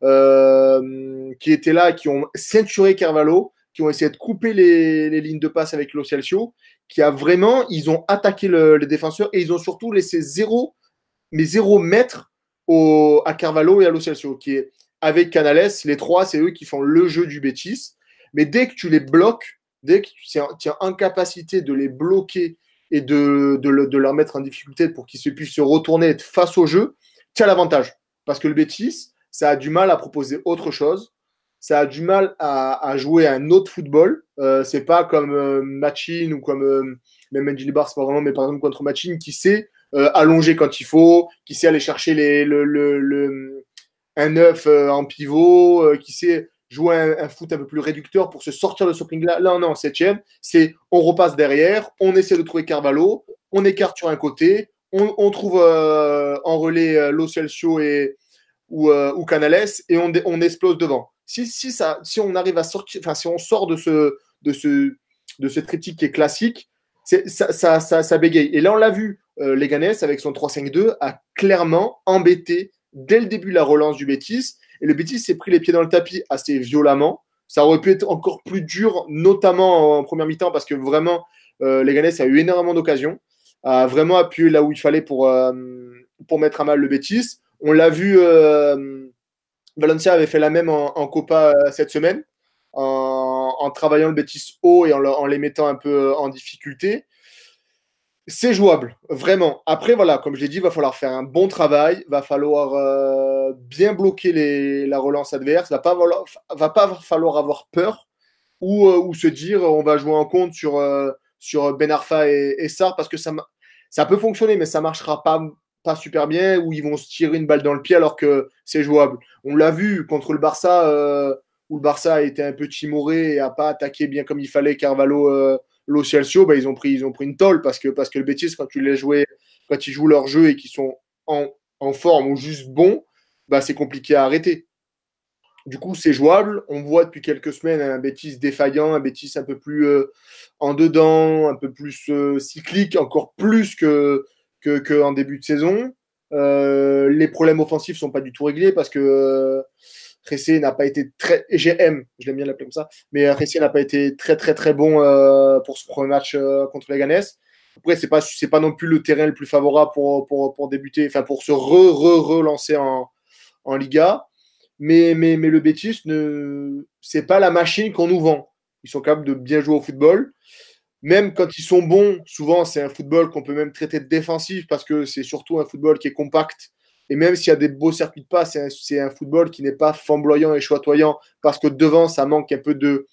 euh, qui étaient là, qui ont ceinturé Carvalho, qui ont essayé de couper les, les lignes de passe avec Lo Celso, qui a vraiment, ils ont attaqué le, les défenseurs et ils ont surtout laissé zéro, mais zéro mètre au, à Carvalho et à Lo Celso, qui est avec Canales, les trois, c'est eux qui font le jeu du Betis. Mais dès que tu les bloques, dès que tu es en incapacité de les bloquer et de, de, le, de leur mettre en difficulté pour qu'ils se puissent se retourner, être face au jeu, tu as l'avantage. Parce que le Betis, ça a du mal à proposer autre chose. Ça a du mal à, à jouer un autre football. Euh, c'est pas comme euh, Machin ou comme euh, même Mendilibar, c'est pas vraiment, mais par exemple contre Machin qui sait euh, allonger quand il faut, qui sait aller chercher les, le, le, le, un neuf euh, en pivot, euh, qui sait jouer un, un, foot un peu plus réducteur pour se sortir de ce spring-là. Là, non, septième, c'est on repasse derrière, on essaie de trouver Carvalho, on écarte sur un côté, on, on trouve euh, en relais euh, Lo Celso et, ou, euh, ou Canales et on, on explose devant. Si, si, ça, si on arrive à sortir, enfin, si on sort de ce, de ce, de ce triptyque qui est classique, c'est, ça, ça, ça, ça bégaye. Et là, on l'a vu, euh, Leganés, avec son trois cinq deux, a clairement embêté dès le début la relance du Betis. Et le Betis s'est pris les pieds dans le tapis assez violemment. Ça aurait pu être encore plus dur, notamment en première mi-temps, parce que vraiment, euh, Leganés a eu énormément d'occasions, a vraiment appuyé là où il fallait pour, euh, pour mettre à mal le Betis. On l'a vu, euh, Valencia avait fait la même en, en Copa euh, cette semaine, en, en travaillant le Betis haut et en, en les mettant un peu en difficulté. C'est jouable, vraiment. Après, voilà, comme je l'ai dit, il va falloir faire un bon travail, il va falloir euh, bien bloquer les, la relance adverse, il va pas, falloir, va pas falloir avoir peur ou, euh, ou se dire on va jouer en compte sur, euh, sur Ben Arfa et, et Sarr parce que ça, ça peut fonctionner, mais ça marchera pas, pas super bien, ou ils vont se tirer une balle dans le pied alors que c'est jouable. On l'a vu contre le Barça, euh, où le Barça a été un peu timoré et n'a pas attaqué bien comme il fallait Carvalho. Euh, Lo Celso, bah, ils, ont pris, ils ont pris une tôle parce que, parce que le Betis, quand tu les jouais, quand ils jouent leur jeu et qu'ils sont en, en forme ou juste bons, bah, c'est compliqué à arrêter. Du coup, c'est jouable. On voit depuis quelques semaines un Betis défaillant, un Betis un peu plus euh, en dedans, un peu plus euh, cyclique, encore plus que, que, que en début de saison. Euh, les problèmes offensifs sont pas du tout réglés parce que euh, Ressé n'a pas été très. G M, je l'aime bien l'appeler comme ça, mais Ressé n'a pas été très, très, très bon euh, pour ce premier match euh, contre les Ganes. Après, c'est pas, c'est pas non plus le terrain le plus favorable pour, pour, pour débuter, enfin, pour se re, re, relancer en, en Liga. Mais, mais, mais le Betis, ne... c'est pas la machine qu'on nous vend. Ils sont capables de bien jouer au football. Même quand ils sont bons, souvent, c'est un football qu'on peut même traiter de défensif parce que c'est surtout un football qui est compact. Et même s'il y a des beaux circuits de passe, c'est un, c'est un football qui n'est pas flamboyant et chatoyant parce que devant, ça manque un peu de,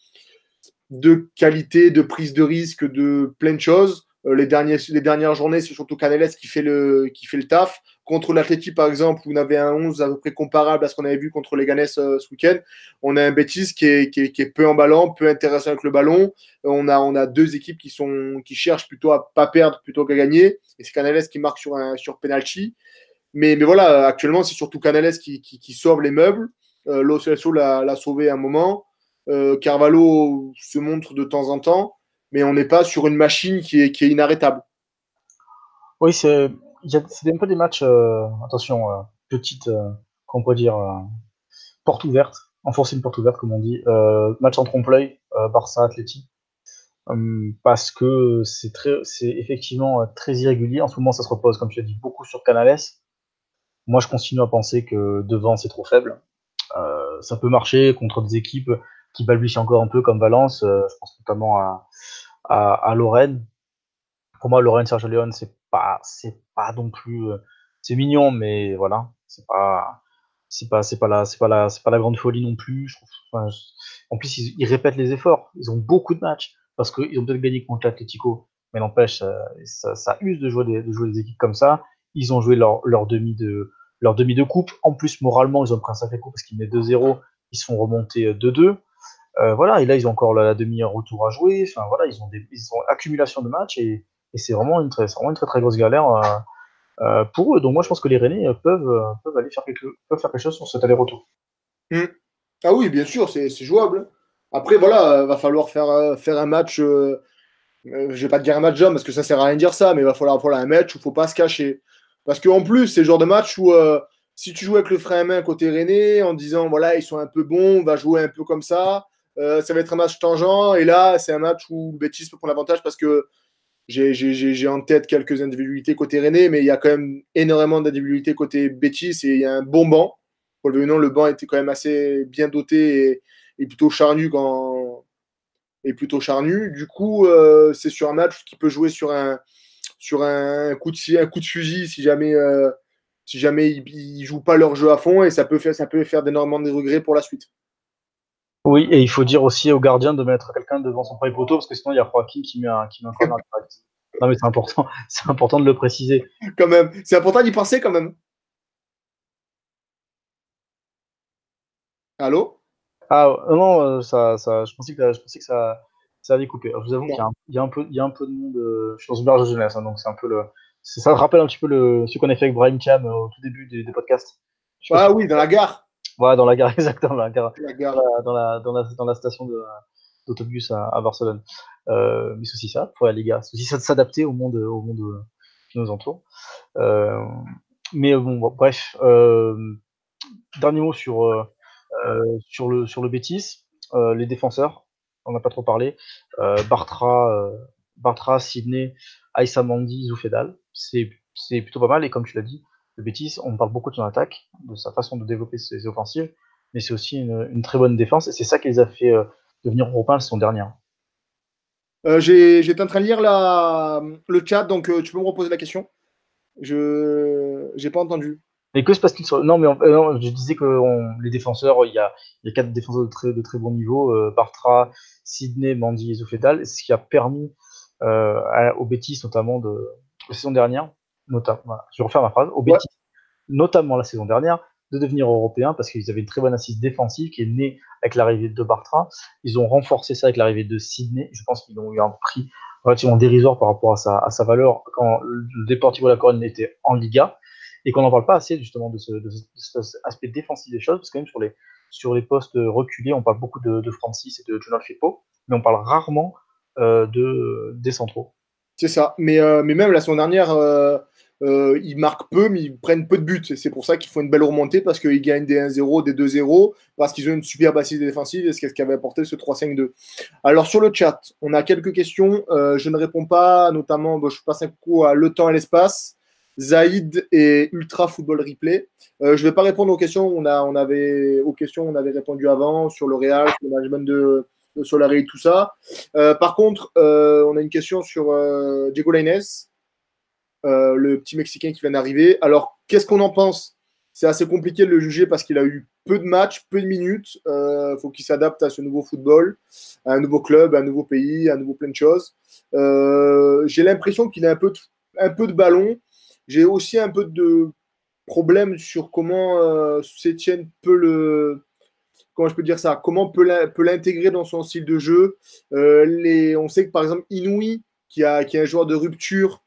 de qualité, de prise de risque, de plein de choses. Euh, les, derniers, les dernières journées, c'est surtout Canales qui fait le, qui fait le taf. Contre l'Atleti, par exemple, où on avait un onze à peu près comparable à ce qu'on avait vu contre les Ganes euh, ce week-end, on a un Betis qui est, qui, est, qui est peu emballant, peu intéressant avec le ballon. On a, on a deux équipes qui, sont, qui cherchent plutôt à pas perdre plutôt qu'à gagner. Et c'est Canales qui marque sur un sur penalty. mais, mais voilà, actuellement, c'est surtout Canales qui, qui, qui sauve les meubles. Euh, Lo Celso l'a, l'a sauvé à un moment. Euh, Carvalho se montre de temps en temps, mais on n'est pas sur une machine qui est, qui est inarrêtable. Oui, c'est il y a c'est un peu des matchs, heu, attention, heu, petite, heu, comment on pourrait dire, heu, porte ouverte, enfoncer une porte ouverte comme on dit, heu, match en trompe-l'œil, heu, Barça Atleti, hem, parce que c'est très c'est effectivement, heu, très irrégulier. En ce moment, ça se repose, comme tu as dit, beaucoup sur Canales. Moi, je continue à penser que devant, c'est trop faible. Heu, ça peut marcher contre des équipes qui balbutient encore un peu comme Valence, heu, je pense notamment à à à Lorraine. Pour moi, Lorraine Sergio Leone, c'est pas, c'est pas non plus, euh, c'est mignon, mais voilà, c'est pas, c'est pas, c'est pas la, c'est pas la, c'est pas la grande folie non plus. Je trouve, enfin, je- en plus, ils, ils répètent les efforts. Ils ont beaucoup de matchs parce qu'ils ont peut-être gagné contre l'Atlético, mais n'empêche, euh, ça, ça use de jouer des, de jouer des équipes comme ça. Ils ont joué leur, leur demi de, leur demi de coupe. En plus, moralement, ils ont pris un sacré coup parce qu'ils mettaient deux zéro. Ils se font remonter deux deux. Euh, voilà, et là, ils ont encore la, la demi-retour à jouer. Enfin, voilà, ils ont des, ils ont accumulation de matchs et, et c'est vraiment une très, c'est vraiment une très très grosse galère euh, euh, pour eux. Donc moi, je pense que les Rennais euh, peuvent, euh, peuvent aller faire quelque, peuvent faire quelque chose sur cet aller-retour. Mm. Ah oui, bien sûr, c'est c'est jouable. Après, voilà, euh, va falloir faire, euh, faire un match. Euh, euh, je vais pas te dire un match d'homme parce que ça sert à rien de dire ça, mais il va falloir, falloir un match où il faut pas se cacher. Parce qu'en plus, c'est le genre de match où euh, si tu joues avec le frein à main côté Rennais en disant voilà, ils sont un peu bons, on va jouer un peu comme ça, euh, ça va être un match tangent. Et là, c'est un match où le Betis peut prendre l'avantage parce que j'ai j'ai- j'ai- j'ai en tête quelques individualités côté Rennais, mais il y a quand même énormément d'individualités côté Betis et il y a un bon banc. Pour le veuille ou non, le banc était quand même assez bien doté et, et plutôt charnu quand, et plutôt charnu. Du coup, euh, c'est sur un match qui peut jouer sur un, sur un coup de, un coup de fusil si jamais, euh, si jamais ils ne jouent pas leur jeu à fond et ça peut faire, ça peut faire d'énormément de regrets pour la suite. Oui, et il faut dire aussi aux gardiens de mettre quelqu'un devant son premier poteau parce que sinon il y a Joaquin qui met un, qui met un corner direct. Non mais c'est important, c'est important de le préciser. Quand même, c'est important d'y penser quand même. Allô? Ah euh, non, euh, ça, ça, je pensais que, je pensais que ça, ça allait couper. Alors, je vous avoue qu'il y Non. a un, il y a un peu, il y a un peu de monde. euh, je suis dans une barge de jeunesse, hein, donc c'est un peu le, c'est- ça me rappelle un petit peu le, ce qu'on a fait avec Brahim Cham euh, au tout début des, des podcasts. Je sais pas si Ah oui, dans la gare. voilà, dans la gare, exactement, dans la gare, La dans gare. la, dans la, dans la, dans la station de, d'autobus à, à Barcelone. Euh, mais c'est aussi ça, ouais, les gars, c'est aussi ça de s'adapter au monde, au monde euh, qui nous entoure. Euh, mais euh, bon, bon, bref, euh, dernier mot sur, euh, euh, sur le, sur le Betis, euh, les défenseurs, on n'a pas trop parlé. Euh, Bartra, euh, Bartra, Sydney, Aïssa Mandi, Zoufedal, c'est, c'est plutôt pas mal. Et comme tu l'as dit, le Betis, on parle beaucoup de son attaque, de sa façon de développer ses offensives, mais c'est aussi une, une très bonne défense. Et c'est ça qui les a fait euh, devenir européens la saison dernière. Euh, j'ai, j'étais en train de lire la, le chat, donc euh, tu peux me reposer la question. Je j'ai pas entendu. Mais que se passe-t-il sur... Non, mais on- euh, non, je disais que on- les défenseurs, il y a, il y a quatre défenseurs de très, de très bon niveau, euh, Bartra, Sydney, Mandy et Zoufedal, ce qui a permis euh, à- aux Betis, notamment de la saison dernière, notamment, voilà, je vais refaire ma phrase, aux Ouais. Betis, notamment la saison dernière, de devenir européens parce qu'ils avaient une très bonne assise défensive qui est née avec l'arrivée de Bartra. Ils ont renforcé ça avec l'arrivée de Sydney. Je pense qu'ils ont eu un prix relativement dérisoire par rapport à sa, à sa valeur quand le Deportivo La Coruña était en Liga et qu'on n'en parle pas assez justement de, ce, de, ce, de cet aspect défensif des choses parce que quand même sur les, sur les postes reculés, on parle beaucoup de, de Francis et de Jonathan Firpo, mais on parle rarement euh, de, des centraux. C'est ça. Mais, euh, mais même la saison dernière, euh, euh, ils marquent peu, mais ils prennent peu de buts. Et c'est pour ça qu'il faut une belle remontée parce qu'ils gagnent des un zéro, des deux zéro, parce qu'ils ont une super assise défensive et c'est ce qui avait apporté ce trois cinq deux. Alors sur le chat, on a quelques questions. Euh, je ne réponds pas, notamment, bon, je passe un coup à Le Temps et l'Espace, Zaïd et Ultra Football Replay. Euh, je ne vais pas répondre aux questions. On, a, on avait, aux questions, on avait répondu avant sur le Real, sur le management de, de Solari et tout ça. Euh, par contre, euh, on a une question sur euh, Diego Lainez, euh, le petit Mexicain qui vient d'arriver. Alors, qu'est-ce qu'on en pense? C'est assez compliqué de le juger parce qu'il a eu peu de matchs, peu de minutes. Il euh, faut qu'il s'adapte à ce nouveau football, à un nouveau club, à un nouveau pays, à un nouveau plein de choses. Euh, j'ai l'impression qu'il a un peu, de, un peu de ballon. J'ai aussi un peu de problème sur comment euh, Sétienne peut le, comment je peux dire ça, comment peut l'intégrer dans son style de jeu. Euh, les, on sait que par exemple Inouï, qui, a, qui est un joueur de rupture,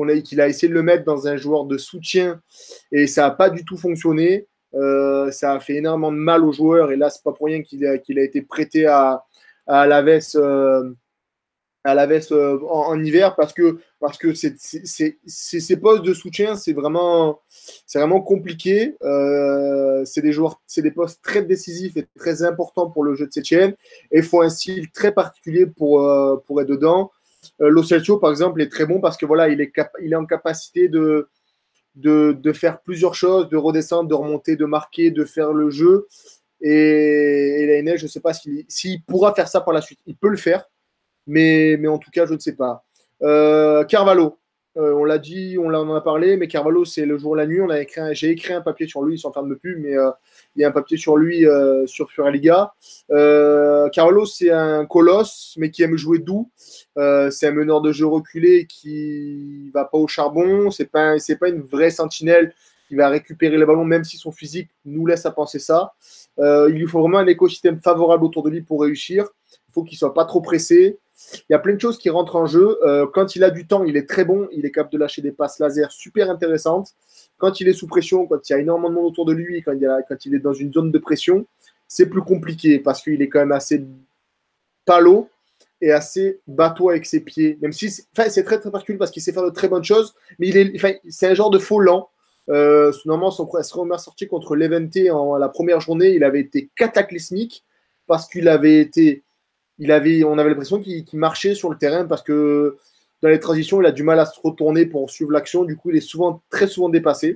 qu'on a, qu'il a essayé de le mettre dans un joueur de soutien et ça n'a pas du tout fonctionné. Euh, ça a fait énormément de mal aux joueurs et là, c'est pas pour rien qu'il a, qu'il a été prêté à, à Alaves, euh, à Alaves euh, en, en hiver parce que, parce que c'est, c'est, c'est, c'est, ces postes de soutien, c'est vraiment, c'est vraiment compliqué. Euh, c'est des joueurs, c'est des postes très décisifs et très importants pour le jeu de Sétienne et il faut un style très particulier pour, euh, pour être dedans. Euh, Lo Celso, par exemple, est très bon parce que voilà, il est, cap- il est en capacité de, de, de faire plusieurs choses, de redescendre, de remonter, de marquer, de faire le jeu. Et, et Lainez, je ne sais pas s'il, s'il pourra faire ça par la suite. Il peut le faire, mais, mais en tout cas, je ne sais pas. Euh, Carvalho, euh, on l'a dit, on en a parlé, mais Carvalho, c'est le jour et la nuit. On a écrit un, j'ai écrit un papier sur lui, il s'enferme plus, mais euh, il y a un papier sur lui euh, sur Furaliga. Euh, Carvalho, c'est un colosse, mais qui aime jouer doux. Euh, c'est un meneur de jeu reculé qui va pas au charbon. C'est pas, c'est pas une vraie sentinelle qui va récupérer les ballons, même si son physique nous laisse à penser ça. Euh, il lui faut vraiment un écosystème favorable autour de lui pour réussir. Il faut qu'il soit pas trop pressé. Il y a plein de choses qui rentrent en jeu. Euh, quand il a du temps, il est très bon. Il est capable de lâcher des passes laser super intéressantes. Quand il est sous pression, quand il y a énormément de monde autour de lui, quand il, a, quand il est dans une zone de pression, c'est plus compliqué parce qu'il est quand même assez palo et assez bateau avec ses pieds. Même si c'est, enfin, c'est très très particulier parce qu'il sait faire de très bonnes choses, mais il est, enfin, c'est un genre de faux lent. Euh, normalement, son première sortie contre l'Evente en la première journée, il avait été cataclysmique parce qu'il avait été il avait, on avait l'impression qu'il, qu'il marchait sur le terrain parce que dans les transitions, il a du mal à se retourner pour suivre l'action. Du coup, il est souvent, très souvent dépassé.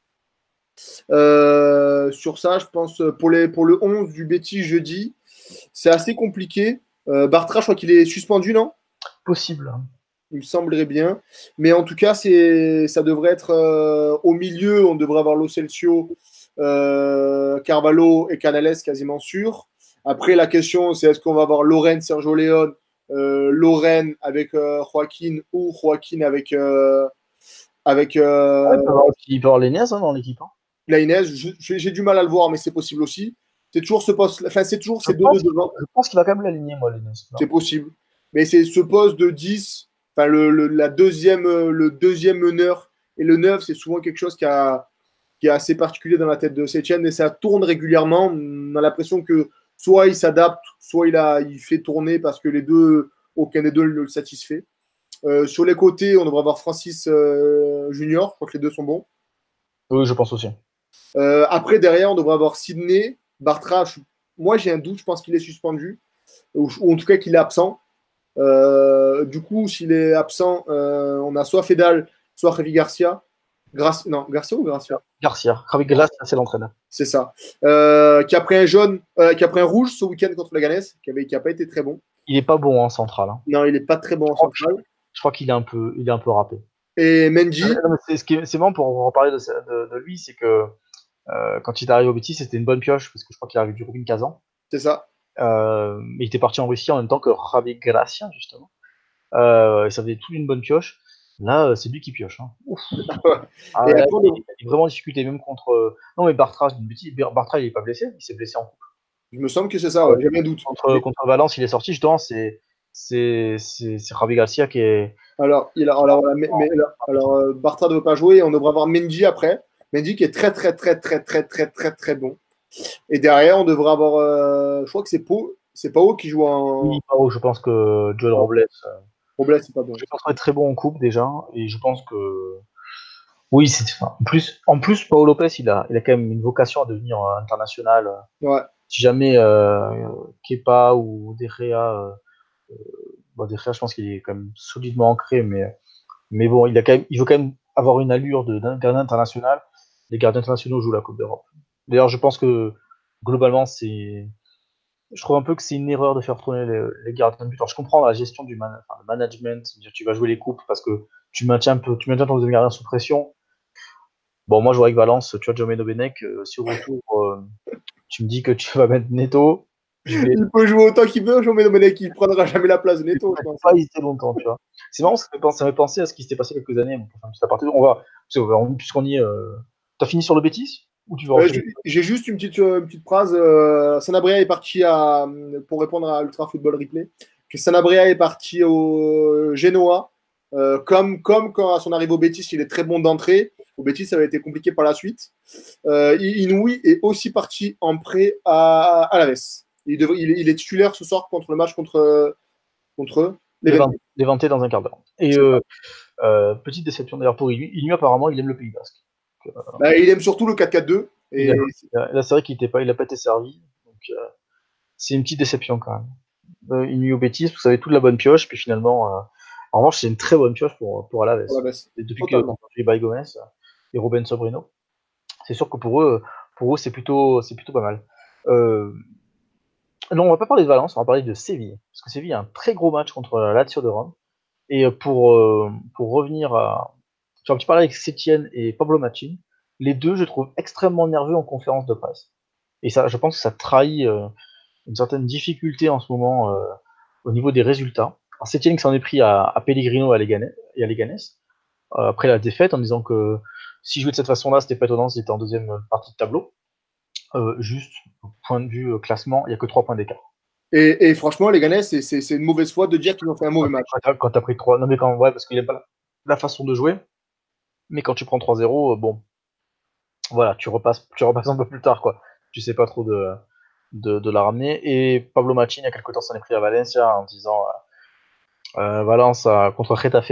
Euh, sur ça, je pense, pour, les, pour le onze du Betis jeudi, c'est assez compliqué. Euh, Bartra, je crois qu'il est suspendu, non? Possible. Il me semblerait bien. Mais en tout cas, c'est, ça devrait être euh, au milieu. On devrait avoir Lo Celso, euh, Carvalho et Canales quasiment sûrs. Après, la question, c'est est-ce qu'on va avoir Lorraine, Sergio Leone, euh, Lorraine avec euh, Joaquin ou Joaquin avec, euh, avec Ouais, euh, il peut y avoir, il peut y avoir les Nias hein, dans l'équipe. Hein. Lainez. Je- J'ai j'ai du mal à le voir, mais c'est possible aussi. C'est toujours ce poste, enfin, c'est toujours Je ces deux de pense, qu'il- devant. je pense qu'il va quand même l'aligner, moi, les Nias. C'est possible. Mais c'est ce poste de dix, enfin, le, le, la deuxième, le deuxième meneur et le neuf, c'est souvent quelque chose qui, a, qui est assez particulier dans la tête de Setien et ça tourne régulièrement. On a l'impression que soit il s'adapte, soit il, a, il fait tourner parce que les deux, aucun des deux ne le satisfait. Euh, sur les côtés, on devrait avoir Francis euh, Junior, je crois que les deux sont bons. Oui, je pense aussi. Euh, après, derrière, on devrait avoir Sydney, Bartra. Je, moi, j'ai un doute, je pense qu'il est suspendu, ou, ou en tout cas qu'il est absent. Euh, du coup, s'il est absent, euh, on a soit Fedal, soit Javi Garcia. Gracia, non, Garcia ou Garcia? Garcia. Javi Gracia, c'est l'entraîneur. C'est ça. Euh, qui a pris un jaune, euh, qui a pris un rouge ce week-end contre le Ganes, qui n'a qui a pas été très bon. Il est pas bon en central. Hein. Non, il n'est pas très bon Je en crois, central. je crois qu'il est un peu, il est un peu râpé. Et Mendy, C'est, ce qui est, c'est bon pour en parler de, de, de lui, c'est que euh, quand il est arrivé au Betis, c'était une bonne pioche parce que je crois qu'il arrive du Rubin Kazan. c'est ça. Euh, il était parti en Russie en même temps que Javi Gracia justement. Euh, et ça faisait toute une bonne pioche. Là, c'est lui qui pioche. Hein. Ouf. Ah, Et là, après, on il est vraiment discuté même contre. Non, mais Bartra, c'est une bêtise. Bartra, il est pas blessé. Il s'est blessé en coupe. il me semble que c'est ça, Ouais. ouais, j'ai bien doute. Contre, Mais, contre Valence, il est sorti justement. C'est c'est c'est c'est Javi Gracia qui est. alors, il a, alors, mais, mais, alors euh, Bartra ne veut pas jouer. On devrait avoir Mendy après. Mendy qui est très, très, très, très, très, très, très, très bon. Et derrière, on devrait avoir. Euh, je crois que c'est Pau. C'est Pau qui joue Oui, en. Pao, je pense que Joel Robles. Euh, Robles, c'est pas bon. je pense être très bon en coupe déjà, et je pense que oui, c'est enfin, en plus en plus Pao Lopez, il a il a quand même une vocation à devenir euh, international. Ouais. Si jamais euh, Kepa ou De Gea, euh, bon, De Gea, je pense qu'il est quand même solidement ancré, mais mais bon, il a quand même, il veut quand même avoir une allure de d'un gardien international. Les gardiens internationaux jouent la Coupe d'Europe. D'ailleurs, je pense que globalement, c'est je trouve un peu que c'est une erreur de faire tourner les, les gardiens de but. Alors, je comprends la gestion du man- enfin, le management, dire tu vas jouer les coupes parce que tu maintiens un peu, tu maintiens ton deuxième gardien sous pression. Bon, moi, je vois avec Valence, tu as Jaume Domenech, euh, si au retour, euh, tu me dis que tu vas mettre Neto, je vais Il peut jouer autant qu'il veut, Jean Médomenech, il ne prendra jamais la place de Neto, je pense. pas hésiter longtemps, tu vois. C'est marrant, ça me fait penser, ça me fait penser à ce qui s'était passé quelques années. Pour faire un petit aparté. On va, puisqu'on y est, euh, t'as fini sur le Betis ou tu veux Euh, enchaîner? J'ai juste une petite, euh, une petite phrase. Euh, Sanabria est parti à, pour répondre à Ultra Football Replay. Que Sanabria est parti au Genoa Euh, comme, comme quand à son arrivée au Betis, il est très bon d'entrée. Au Betis, ça avait été compliqué par la suite. Euh, Inouï est aussi parti en prêt à, à l'Aves. Il, devrait- il, il est titulaire ce soir contre le match contre, contre l'Eventé. L'éventé dans un quart d'heure. Et euh, euh, petite déception d'ailleurs pour Inouï. Inouï, apparemment, il aime le Pays Basque. Donc, euh, Bah, il aime surtout le quatre quatre deux. Et... Là, c'est vrai qu'il n'a pas, pas été servi. Donc, euh, c'est une petite déception quand même. Euh, Inouï au Betis, vous savez, toute la bonne pioche. Puis finalement, euh, en revanche, c'est une très bonne pioche pour, pour Alaves. Et depuis Totalement. que j'ai Bay Gomez et Ruben Sobrino, c'est sûr que pour eux, pour eux c'est plutôt, c'est plutôt pas mal. Euh, non, on va pas parler de Valence, on va parler de Séville. Parce que Séville a un très gros match contre la Lazio de Rome. Et pour, euh, pour revenir à. J'ai un petit parler avec Sétienne et Pablo Machin. Les deux, je trouve extrêmement nerveux en conférence de presse. Et ça, je pense que ça trahit euh, une certaine difficulté en ce moment euh, au niveau des résultats. Sétienne qui s'en est pris à, à Pellegrino et à Leganés euh, après la défaite en disant que si jouait de cette façon-là, c'était pas étonnant s'il était en deuxième partie de tableau. Euh, juste, point de vue euh, classement, il n'y a que trois points d'écart. Et, et franchement, les Ghanais, c'est une mauvaise foi de dire qu'ils ont fait un mauvais match. Quand tu as pris trois, non mais quand, ouais, parce qu'il n'aime pas la, la façon de jouer, mais quand tu prends trois zéro, euh, bon, voilà, tu repasses, tu repasses un peu plus tard, quoi. Tu sais pas trop de, de, de la ramener. Et Pablo Machin, il y a quelque temps, s'en est pris à Valencia en disant euh, euh, Valence a, contre Retafe,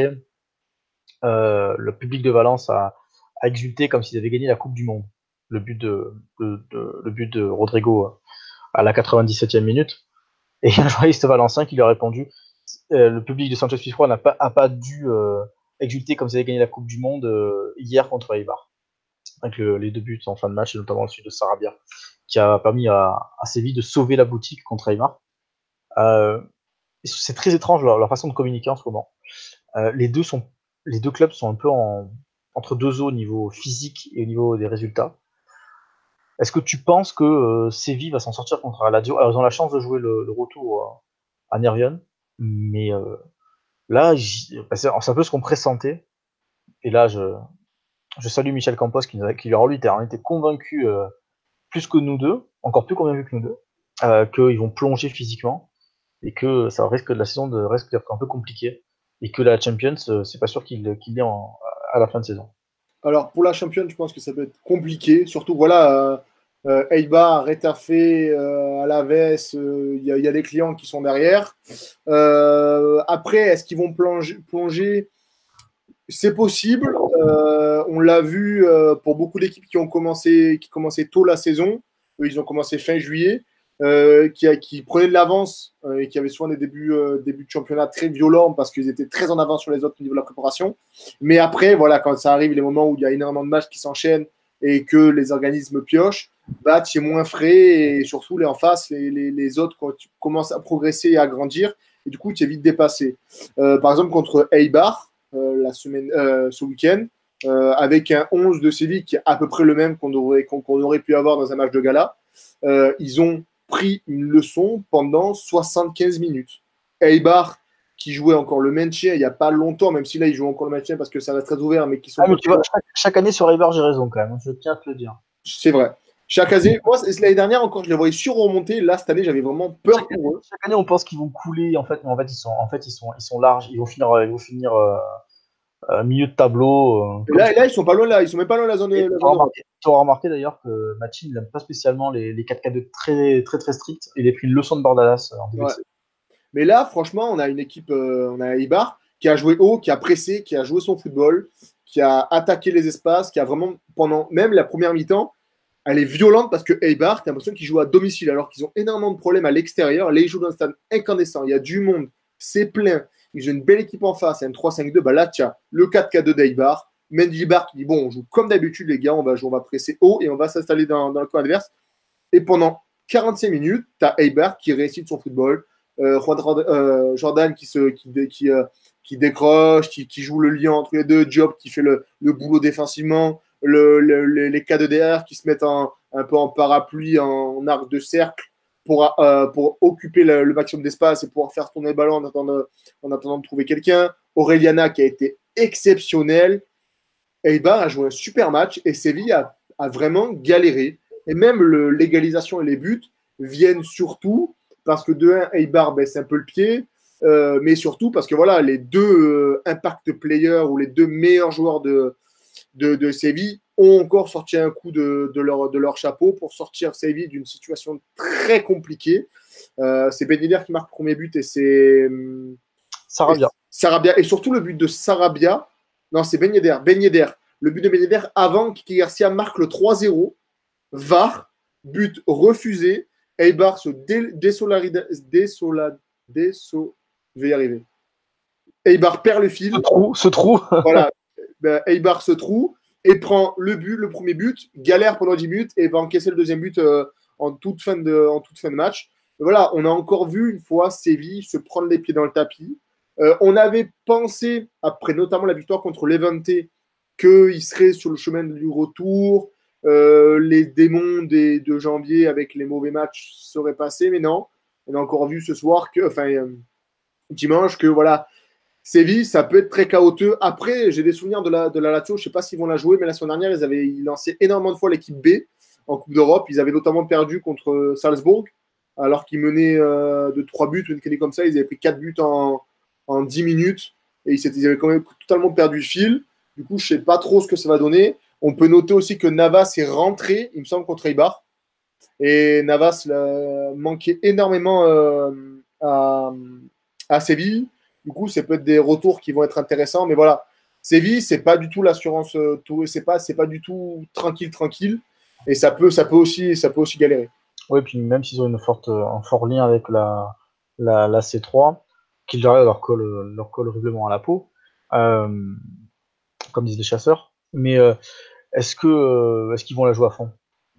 euh, le public de Valence a, a exulté comme s'ils avaient gagné la Coupe du Monde. Le but de, de, de le but de Rodrigo à la quatre-vingt-dix-septième minute. Et il y a un journaliste valencien qui lui a répondu euh, le public de Sanchez Pizjuán n'a pas, a pas dû euh, exulter comme s'ils avaient gagné la Coupe du Monde euh, hier contre Eibar. Avec le, les deux buts en fin de match, et notamment celui de Sarabia, qui a permis à, à Séville de sauver la boutique contre Eibar. Euh, c'est très étrange leur, leur, façon de communiquer en ce moment. Euh, les, deux sont, les deux clubs sont un peu en, entre deux eaux au niveau physique et au niveau des résultats. Est-ce que tu penses que euh, Séville va s'en sortir contre la Lazio? Alors, ils ont la chance de jouer le, le retour euh, à Nervion, mais euh, là, bah, c'est un peu ce qu'on pressentait. Et là, je, je salue Michel Campos qui, qui lui a rendu terrain. On était convaincu euh, plus que nous deux, encore plus convaincu que nous deux, euh, qu'ils vont plonger physiquement et que ça risque de la saison de risque d'être un peu compliqué et que la Champions, euh, c'est pas sûr qu'il qu'il l'ait en- à la fin de saison. Alors, pour la championne, je pense que ça peut être compliqué. Surtout, voilà, euh, euh, Eibar, Retafe, euh, Alaves, il euh, y, y a des clients qui sont derrière. Euh, après, est-ce qu'ils vont plonger, plonger C'est possible. Euh, on l'a vu euh, pour beaucoup d'équipes qui ont commencé, qui commençaient tôt la saison. Eux, ils ont commencé fin juillet. Euh, qui, a, qui prenaient de l'avance euh, et qui avaient souvent des débuts, euh, débuts de championnat très violents parce qu'ils étaient très en avance sur les autres au niveau de la préparation. Mais après, voilà, quand ça arrive, les moments où il y a énormément de matchs qui s'enchaînent et que les organismes piochent, bah, tu es moins frais et surtout les en face, les, les, les autres quand tu commencent à progresser et à grandir et du coup, tu es vite dépassé. Euh, par exemple, contre Eibar, euh, la semaine, euh, ce week-end, euh, avec un onze de Séville qui est à peu près le même qu'on aurait, qu'on, qu'on aurait pu avoir dans un match de gala, euh, ils ont pris une leçon pendant soixante-quinze minutes. Eibar, qui jouait encore le maintien il n'y a pas longtemps, même si là, ils jouent encore le maintien parce que ça reste très ouvert, mais qui sont. Ah, mais tu vois, chaque, chaque année sur Eibar, j'ai raison quand même, je tiens à te le dire. C'est vrai. Chaque année, moi, l'année dernière encore, je les voyais surremonter. Là, cette année, j'avais vraiment peur chaque, pour eux. Chaque année, on pense qu'ils vont couler, en fait, mais en fait, ils sont, en fait, ils sont, ils sont larges. Ils vont finir, ils vont finir euh, euh, milieu de tableau. Euh, et là, et là, ils sont pas loin là. Ils sont même pas loin de la zone. Tu auras remarqué, remarqué d'ailleurs que Machin n'aime pas spécialement les, les quatre K deux très, très, très stricts. Il a pris une leçon de Bordalas en début ouais. de saison. Mais là, franchement, on a une équipe, euh, on a Eibar qui a joué haut, qui a pressé, qui a joué son football, qui a attaqué les espaces, qui a vraiment, pendant même la première mi-temps, elle est violente parce que Eibar, tu as l'impression qu'ils jouent à domicile alors qu'ils ont énormément de problèmes à l'extérieur. Là, ils jouent dans un stade incandescent. Il y a du monde, c'est plein. Ils ont une belle équipe en face, un trois cinq deux. Bah là, tiens, le quatre K deux d'Eibar. Mendilibar qui dit bon, on joue comme d'habitude, les gars, on va, jouer, on va presser haut et on va s'installer dans, dans le coin adverse. Et pendant quarante-cinq minutes, tu as Eibar qui réussit son football. Euh, euh, Jordan qui, se, qui, qui, euh, qui décroche, qui, qui joue le lien entre les deux. Diop qui fait le, le boulot défensivement. Le, le, les cas de D R qui se mettent en, un peu en parapluie, en, en arc de cercle pour, euh, pour occuper le, le maximum d'espace et pouvoir faire tourner le ballon en attendant, en attendant de trouver quelqu'un. Aureliana qui a été exceptionnel. Eibar a joué un super match et Séville a, a vraiment galéré. Et même l'égalisation et les buts viennent surtout parce que de un, Eibar baisse un peu le pied. euh, mais surtout parce que voilà, les deux euh, impact players ou les deux meilleurs joueurs de, de, de Séville ont encore sorti un coup de, de, leur, de leur chapeau pour sortir Séville d'une situation très compliquée. Euh, c'est Ben Yedder qui marque le premier but et c'est Sarabia. Sarabia. Et surtout le but de Sarabia, non, c'est Ben Yedder. Ben Yedder. Le but de Ben Yedder avant Kiki Garcia marque le trois zéro. V A R, but refusé. Eibar se dé désolarise. Désola, déso, je vais y arriver. Eibar perd le fil. Ce trou, ce trou. Voilà. Ben, Eibar se trouve et prend le but, le premier but, galère pendant dix minutes et va encaisser le deuxième but euh, en, toute fin de, en toute fin de match. Et voilà, on a encore vu une fois Séville se prendre les pieds dans le tapis. Euh, on avait pensé, après notamment la victoire contre Levante, qu'il serait sur le chemin du retour. Euh, les démons des, de janvier avec les mauvais matchs seraient passés, mais non. On a encore vu ce soir, que, enfin euh, dimanche, que voilà, Séville, ça peut être très chaotique. Après, j'ai des souvenirs de la, de la Lazio, je ne sais pas s'ils vont la jouer, mais la semaine dernière, ils avaient lancé énormément de fois l'équipe B en Coupe d'Europe. Ils avaient notamment perdu contre Salzbourg, alors qu'ils menaient euh, de trois buts, une qualité comme ça. Ils avaient pris quatre buts en, en dix minutes et ils, ils avaient quand même totalement perdu le fil. Du coup, je ne sais pas trop ce que ça va donner. On peut noter aussi que Navas est rentré, il me semble, contre Eibar. Et Navas euh, manquait énormément euh, à, à Séville. Du coup, c'est peut-être des retours qui vont être intéressants. Mais voilà, Séville, c'est pas du tout l'assurance, euh, c'est pas, c'est pas du tout tranquille, tranquille. Et ça peut, ça peut aussi, ça peut aussi galérer. Oui, puis même s'ils ont une forte, un fort lien avec la, la, la C trois, qu'ils leur colle, leur colle horriblement à la peau, euh, comme disent les chasseurs. Mais euh, est-ce que, euh, est-ce qu'ils vont la jouer à fond?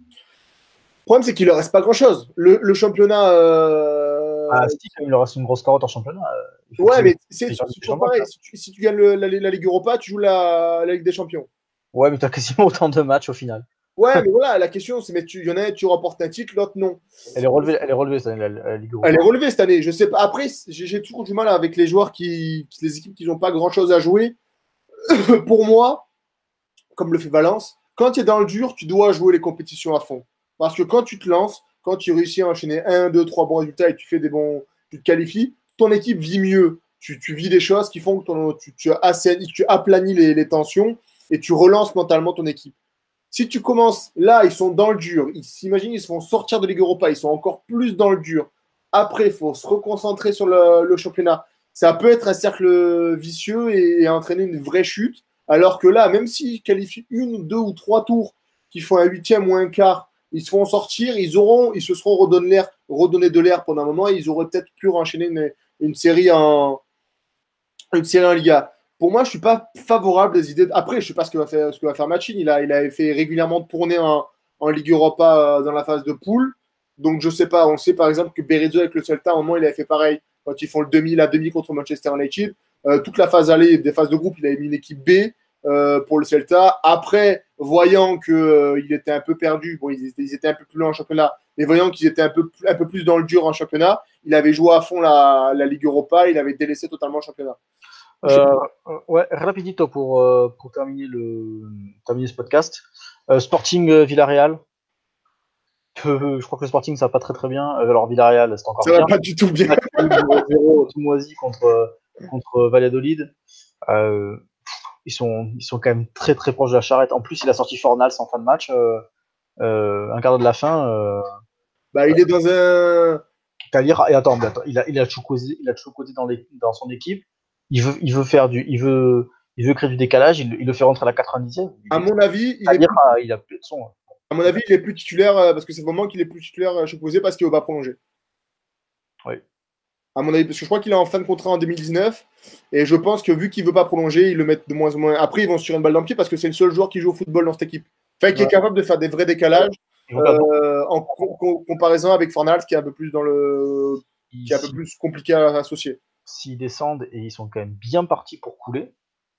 Le problème, c'est qu'il ne leur reste pas grand-chose. Le, le championnat. Euh... Ah, si, il leur reste une grosse carotte en championnat. Ouais, mais c'est toujours pareil. Si tu, si tu gagnes le, la, la Ligue Europa, tu joues la, la Ligue des Champions. Ouais, mais tu as quasiment autant de matchs au final. Ouais, mais voilà, la question, c'est, mais tu, y en a, tu remportes un titre, l'autre, non. Elle est relevée, elle est relevée cette année, la, la Ligue Europa. Elle est relevée cette année. Je sais pas. Après, j'ai toujours du mal avec les joueurs qui, les équipes qui n'ont pas grand-chose à jouer. Pour moi, comme le fait Valence, quand tu es dans le dur, tu dois jouer les compétitions à fond. Parce que quand tu te lances, quand tu réussis à enchaîner un, deux, trois bons résultats et tu fais des bons, tu te qualifies, ton équipe vit mieux. Tu, tu vis des choses qui font que ton, tu, tu, assainis, tu aplanis les, les tensions et tu relances mentalement ton équipe. Si tu commences, là, ils sont dans le dur. Ils s'imaginent, ils se font sortir de Ligue Europa. Ils sont encore plus dans le dur. Après, il faut se reconcentrer sur le, le championnat. Ça peut être un cercle vicieux et, et entraîner une vraie chute. Alors que là, même s'ils qualifient une, deux ou trois tours, qui font un huitième ou un quart, ils se font sortir, ils auront, ils se seront redonné l'air, redonné de l'air pendant un moment et ils auraient peut-être pu enchaîner une, une série en une série en Liga. Pour moi, je ne suis pas favorable des idées. De... Après, je ne sais pas ce que va faire, ce que va faire Machine. Il a, il avait fait régulièrement tourner en, en Ligue Europa dans la phase de poule. Donc, je ne sais pas. On sait par exemple que Berizzo avec le Celta, à un moment, il avait fait pareil quand ils font le demi, la demi contre Manchester United. Euh, toute la phase aller des phases de groupe, il avait mis une équipe B euh, pour le Celta. Après, voyant qu'il euh, était un peu perdu, bon, ils étaient, ils étaient un peu plus loin en championnat, mais voyant qu'ils étaient un peu, un peu plus dans le dur en championnat, il avait joué à fond la, la Ligue Europa, il avait délaissé totalement le championnat. Euh, ouais, rapidito pour, euh, pour terminer, le, terminer ce podcast. Euh, Sporting euh, Villarreal. Euh, je crois que le Sporting ça va pas très très bien. Euh, alors Villarreal c'est encore ça bien. va pas du tout bien. zéro tout moisi contre, contre Valladolid. Euh, ils, sont, ils sont quand même très très proches de la charrette. En plus, il a sorti Fornals en fin de match. Euh, euh, un quart d'heure de la fin. Euh, bah, il est dans un. C'est-à-dire, et attends, attends, il a, il a Chukwueze, il a Chukwueze dans, dans son équipe. Il veut, il veut faire du, il veut, il veut créer du décalage. Il, il le fait rentrer à la quatre-vingt-dixième. À mon avis, il est plus, à, il a plus de son. À mon avis, il est plus titulaire parce que c'est le moment qu'il est plus titulaire Chukwueze parce qu'il ne va pas prolonger. Oui. À mon avis, parce que je crois qu'il est en fin de contrat en deux mille dix-neuf et je pense que vu qu'il ne veut pas prolonger, ils le mettent de moins en moins. Après, ils vont se tirer une balle dans le pied parce que c'est le seul joueur qui joue au football dans cette équipe. Enfin, qui ouais. est capable de faire des vrais décalages euh, en co co comparaison avec Fornals qui est un peu plus dans le, qui est un peu plus compliqué à associer. S'ils descendent et ils sont quand même bien partis pour couler,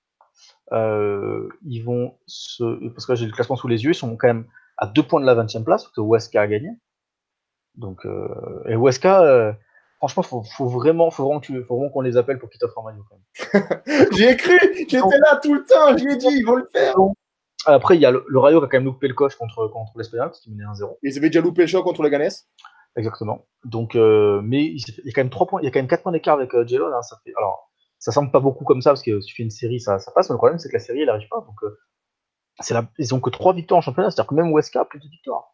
euh, ils vont se, parce que j'ai le classement sous les yeux, ils sont quand même à deux points de la vingtième place parce que Huesca a gagné. Donc, euh, et Huesca, euh, franchement, faut, faut vraiment, faut vraiment, faut vraiment qu'on les appelle pour qu'ils t'offrent un maillot quand même. J'y ai cru, j'étais là tout le temps, j'y ai dit, ils vont le faire. Après, il y a le, le Rayo qui a quand même loupé le coche contre, contre l'Espagnol, parce qu'il menait un zéro. Ils avaient déjà loupé le choc contre le Ganes. exactement. Donc, euh, mais il y a quand même trois points, il y a quand même quatre points d'écart avec euh, Jalen, hein, ça fait, alors, ça semble pas beaucoup comme ça, parce que si tu fais une série, ça, ça passe, mais le problème, c'est que la série, elle arrive pas. Donc, euh, c'est la, ils ont que trois victoires en championnat, c'est-à-dire que même Weska a plus de victoires.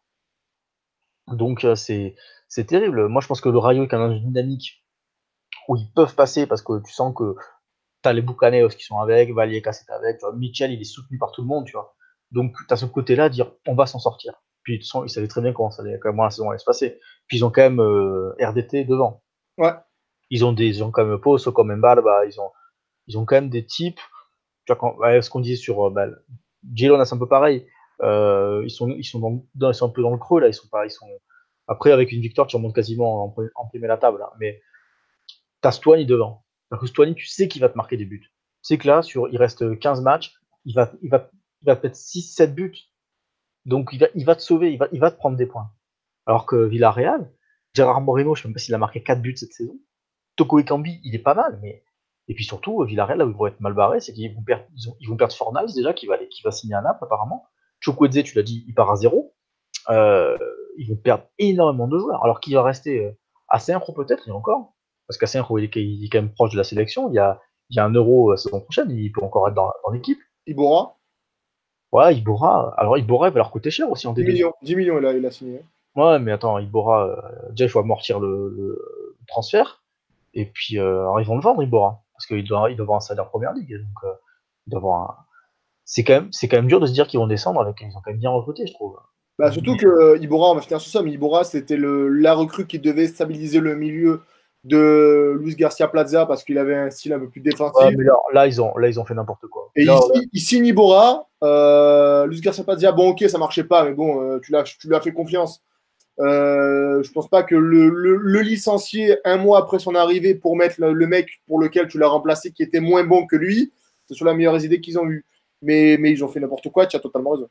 Donc, euh, c'est, c'est terrible. Moi, je pense que le Rayo est quand même dans une dynamique où ils peuvent passer, parce que tu sens que t'as les Bucaneos qui sont avec, Valier est avec, tu vois, Mitchell, il est soutenu par tout le monde, tu vois. Donc, tu as ce côté-là, dire on va s'en sortir. Puis, de toute façon, ils savaient très bien comment ça allait, comment la saison allait se passer. Puis, ils ont quand même euh, R D T devant. Ouais. Ils ont des gens comme Pozo, comme Mbalba, ils ont, ils ont quand même des types. Tu vois, quand, ouais, ce qu'on disait sur euh, bah, Girona, c'est un peu pareil. Euh, ils, sont, ils, sont dans, dans, ils sont un peu dans le creux, là. Ils sont pas, ils sont... Après, avec une victoire, tu remontes quasiment en, en primer la table. Hein. Mais t'as Stuani devant. Parce que Stuani, tu sais qu'il va te marquer des buts. Tu sais que là, sur, il reste quinze matchs, il va, il va, il va peut-être six sept buts. Donc, il va, il va te sauver, il va, il va te prendre des points. Alors que Villarreal, Gérard Moreno, je ne sais même pas s'il a marqué quatre buts cette saison. Toko Ekambi, il est pas mal, mais. Et puis surtout, Villarreal, là où ils vont être mal barrés, c'est qu'ils vont perdre, ils, ont, ils vont perdre Fornals déjà, qui va, qui va signer à Naples apparemment. Chukwueze, tu l'as dit, il part à zéro. Euh, ils vont perdre énormément de joueurs. Alors qu'il va rester euh, Asenjo peut-être, et encore. Parce qu'Asenjo, il, il est quand même proche de la sélection. Il y a, il y a un euro la saison prochaine, il peut encore être dans, dans l'équipe. Ibora, Ouais, Ibora. Alors Ibora, il va leur coûter cher aussi en dix D deux. millions. dix millions, il a, il a signé. Ouais, mais attends, Ibora, euh, déjà, il faut amortir le, le transfert. Et puis, euh, alors ils vont le vendre, Ibora. Parce qu'il doit, il doit avoir un salaire première ligue. Donc, euh, il doit avoir un... c'est, quand même, c'est quand même dur de se dire qu'ils vont descendre avec. Ils ont quand même bien recruté, je trouve. Bah, surtout que euh, Ibora, on va finir sur ça, mais Ibora, c'était le, la recrue qui devait stabiliser le milieu de Luis Garcia Plaza parce qu'il avait un style un peu plus Ouais, défensif. mais là, là, ils ont, là, ils ont fait n'importe quoi. Et Là, là, ici, il signe Ibora. Euh, Luis Garcia Plaza, bon, ok, ça marchait pas, mais bon, euh, tu, l'as, tu lui as fait confiance. Euh, je pense pas que le, le, le licencier un mois après son arrivée pour mettre le, le mec pour lequel tu l'as remplacé qui était moins bon que lui, c'est sur la meilleure idée qu'ils ont eue. Mais, mais ils ont fait n'importe quoi, tu as totalement raison.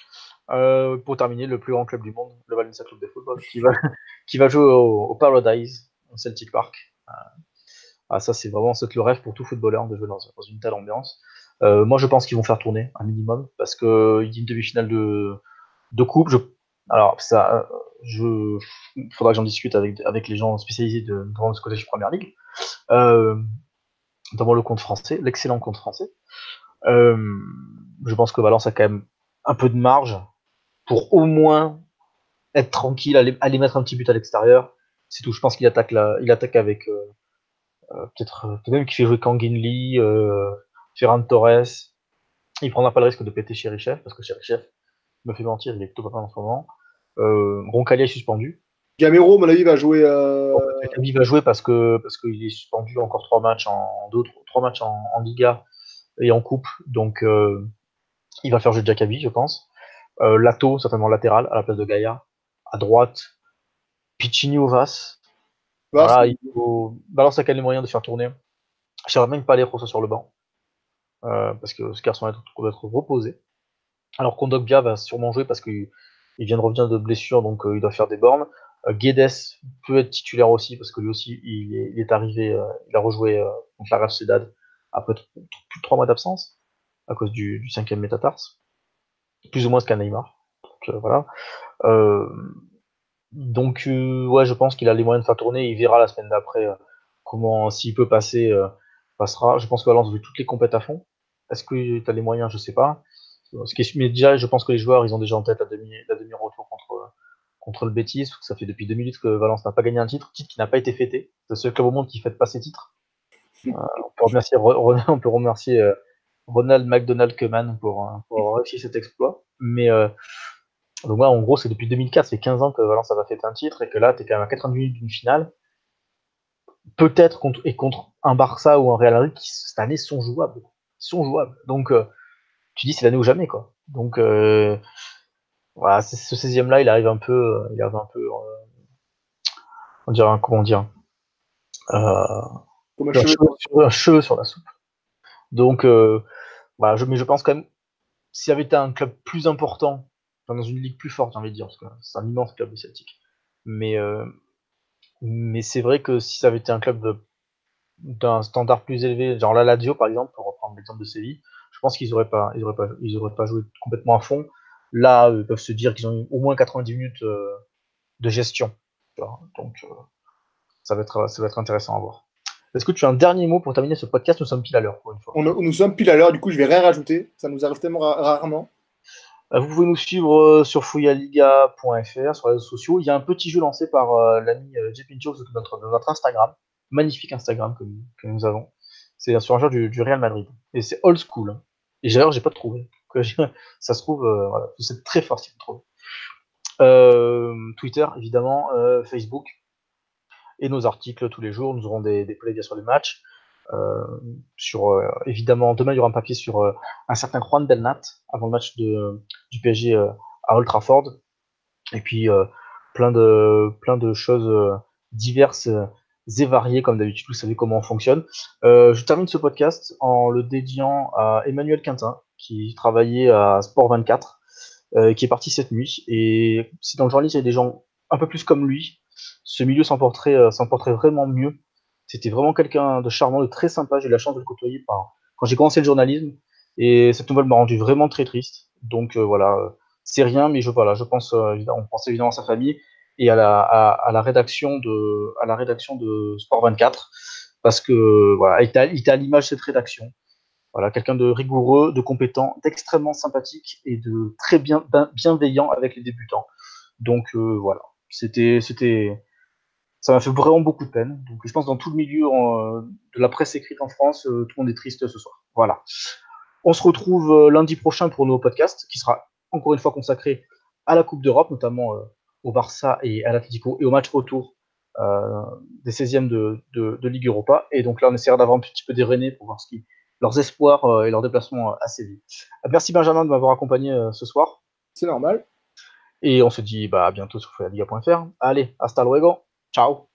euh, pour terminer, le plus grand club du monde, le Valencia Club de Football, qui va, qui va jouer au, au Paradise, au Celtic Park. Ah, ça, c'est vraiment c'est le rêve pour tout footballeur de jouer dans, dans une telle ambiance. Euh, moi, je pense qu'ils vont faire tourner un minimum parce que il y a une demi-finale de, de coupe. Je, alors, ça, je, il faudra que j'en discute avec, avec les gens spécialisés de, dans ce côté de Première Ligue, euh, notamment le compte français, l'excellent compte français. Euh, je pense que Valence a quand même un peu de marge pour au moins être tranquille, aller, aller mettre un petit but à l'extérieur. C'est tout. Je pense qu'il attaque, la, il attaque avec euh, euh, peut-être euh, peut même qu'il fait jouer Kangin Lee, euh, Ferran Torres. Il prendra pas le risque de péter Cherichev parce que Cherichev me fait mentir, il est plutôt pas mal en ce moment. Euh, Roncallia est suspendu. Gamero, à mon avis, va jouer. Euh... Kaby va jouer parce que parce qu'il est suspendu encore trois matchs en deux, trois matchs en, en Liga et en Coupe, donc euh, il va faire jouer Jackaby, je pense. Euh, Lato, certainement latéral, à la place de Gaïa. À droite, Piccini Ovas. Vas, Voilà, il faut... Balance a quand même les moyens de faire tourner. J'aimerais même pas les soit sur le banc, euh, parce que ce garçon doit être reposé. Alors Kondogbia va sûrement jouer parce qu'il vient de revenir de blessure, donc euh, il doit faire des bornes. Euh, Guedes peut être titulaire aussi, parce que lui aussi, il est, il est arrivé, euh, il a rejoué euh, contre la Real Sociedad après t- t- plus de trois mois d'absence, à cause du, du cinquième métatarse. Plus ou moins ce qu'a Neymar. Donc euh, voilà. Euh, donc euh, ouais, je pense qu'il a les moyens de faire tourner. Il verra la semaine d'après euh, comment, s'il peut passer, euh, passera. Je pense que Valence veut toutes les compètes à fond. Est-ce que tu as les moyens? Je sais pas. Ce qui est, mais déjà, je pense que les joueurs, ils ont déjà en tête la demi, la demi-retour contre, contre le Betis. Parce que ça fait depuis deux minutes que Valence n'a pas gagné un titre, titre qui n'a pas été fêté. C'est le seul club au monde qui ne fête pas ses titres. Euh, on peut remercier, on peut remercier euh, Ronald McDonald Koeman pour, euh, pour avoir réussi cet exploit. Mais euh, donc ouais, en gros, c'est depuis deux mille quatre, ça fait quinze ans que Valence a fêté un titre et que là, tu es quand même à quatre-vingt-dix minutes d'une finale. Peut-être contre, et contre un Barça ou un Real Madrid qui, cette année, sont jouables. Ils sont jouables. Donc, euh, tu dis, c'est l'année ou jamais, quoi. Donc, euh, voilà, ce seizième là, il arrive un peu, euh, il arrive un peu, euh, on dirait, comment dire, euh, comme un un cheveu. cheveu, sur, un cheveu sur la soupe. Donc, euh, voilà, je, mais je pense quand même, s'il y avait été un club plus important, enfin, dans une ligue plus forte, j'ai envie de dire, parce que c'est un immense club de Celtic. Mais, euh, mais c'est vrai que si ça avait été un club de, d'un standard plus élevé, genre la Lazio par exemple, pour reprendre l'exemple de Séville, je pense qu'ils n'auraient pas, ils auraient pas, ils auraient pas joué complètement à fond. Là, ils peuvent se dire qu'ils ont eu au moins quatre-vingt-dix minutes euh, de gestion. Tu vois, donc euh, ça, va être, ça va être intéressant à voir. Est-ce que tu as un dernier mot pour terminer ce podcast? Nous sommes pile à l'heure pour une fois. On, nous sommes pile à l'heure, du coup, je vais rien rajouter. Ça nous arrive tellement ra- rarement. Euh, Vous pouvez nous suivre euh, sur fouillaliga point f r, sur les réseaux sociaux. Il y a un petit jeu lancé par euh, l'ami euh, J Pincho de notre, de notre Instagram. Magnifique Instagram que, nous- que nous avons. C'est sur un joueur du, du Real Madrid. Et c'est old school, hein. Et d'ailleurs, j'ai pas trouvé. Que j'ai- Ça se trouve, euh, voilà, c'est très facile de trouver. Euh, Twitter, évidemment, euh, Facebook, et nos articles tous les jours. Nous aurons des, des plays sur les matchs. Euh, sur, euh, évidemment, demain, il y aura un papier sur euh, un certain Juan Belnat avant le match de, du P S G euh, à Old Trafford. Et puis, euh, plein, de, plein de choses euh, diverses euh, et variées, comme d'habitude, vous savez comment on fonctionne. Euh, je termine ce podcast en le dédiant à Emmanuel Quintin, qui travaillait à Sport vingt-quatre, euh, qui est parti cette nuit. Et si dans le journalisme, il y a des gens un peu plus comme lui, ce milieu s'en porterait, euh, s'en porterait vraiment mieux. C'était vraiment quelqu'un de charmant, de très sympa. J'ai eu la chance de le côtoyer par... quand j'ai commencé le journalisme. Et cette nouvelle m'a rendu vraiment très triste. Donc euh, voilà, euh, c'est rien, mais je, voilà, je pense, euh, évidemment, on pense évidemment à sa famille et à la, à, à la rédaction de, à la rédaction de Sport vingt-quatre, parce que voilà, il était à, il était à l'image de cette rédaction. Voilà, quelqu'un de rigoureux, de compétent, d'extrêmement sympathique et de très bien, bienveillant avec les débutants. Donc euh, voilà, c'était, c'était, ça m'a fait vraiment beaucoup de peine. Donc je pense que dans tout le milieu euh, de la presse écrite en France, euh, tout le monde est triste ce soir. Voilà. On se retrouve euh, lundi prochain pour nos podcasts, qui sera encore une fois consacré à la Coupe d'Europe, notamment euh, au Barça et à l'Atlético, et au match retour euh, des seizièmes de, de, de Ligue Europa. Et donc là, on essaiera d'avoir un petit peu des Rennais pour voir ce qui, leurs espoirs euh, et leurs déplacements euh, à Séville. Merci Benjamin de m'avoir accompagné euh, ce soir. C'est normal. Et on se dit bah, à bientôt sur fouillaliga point f r. Allez, hasta luego. Ciao.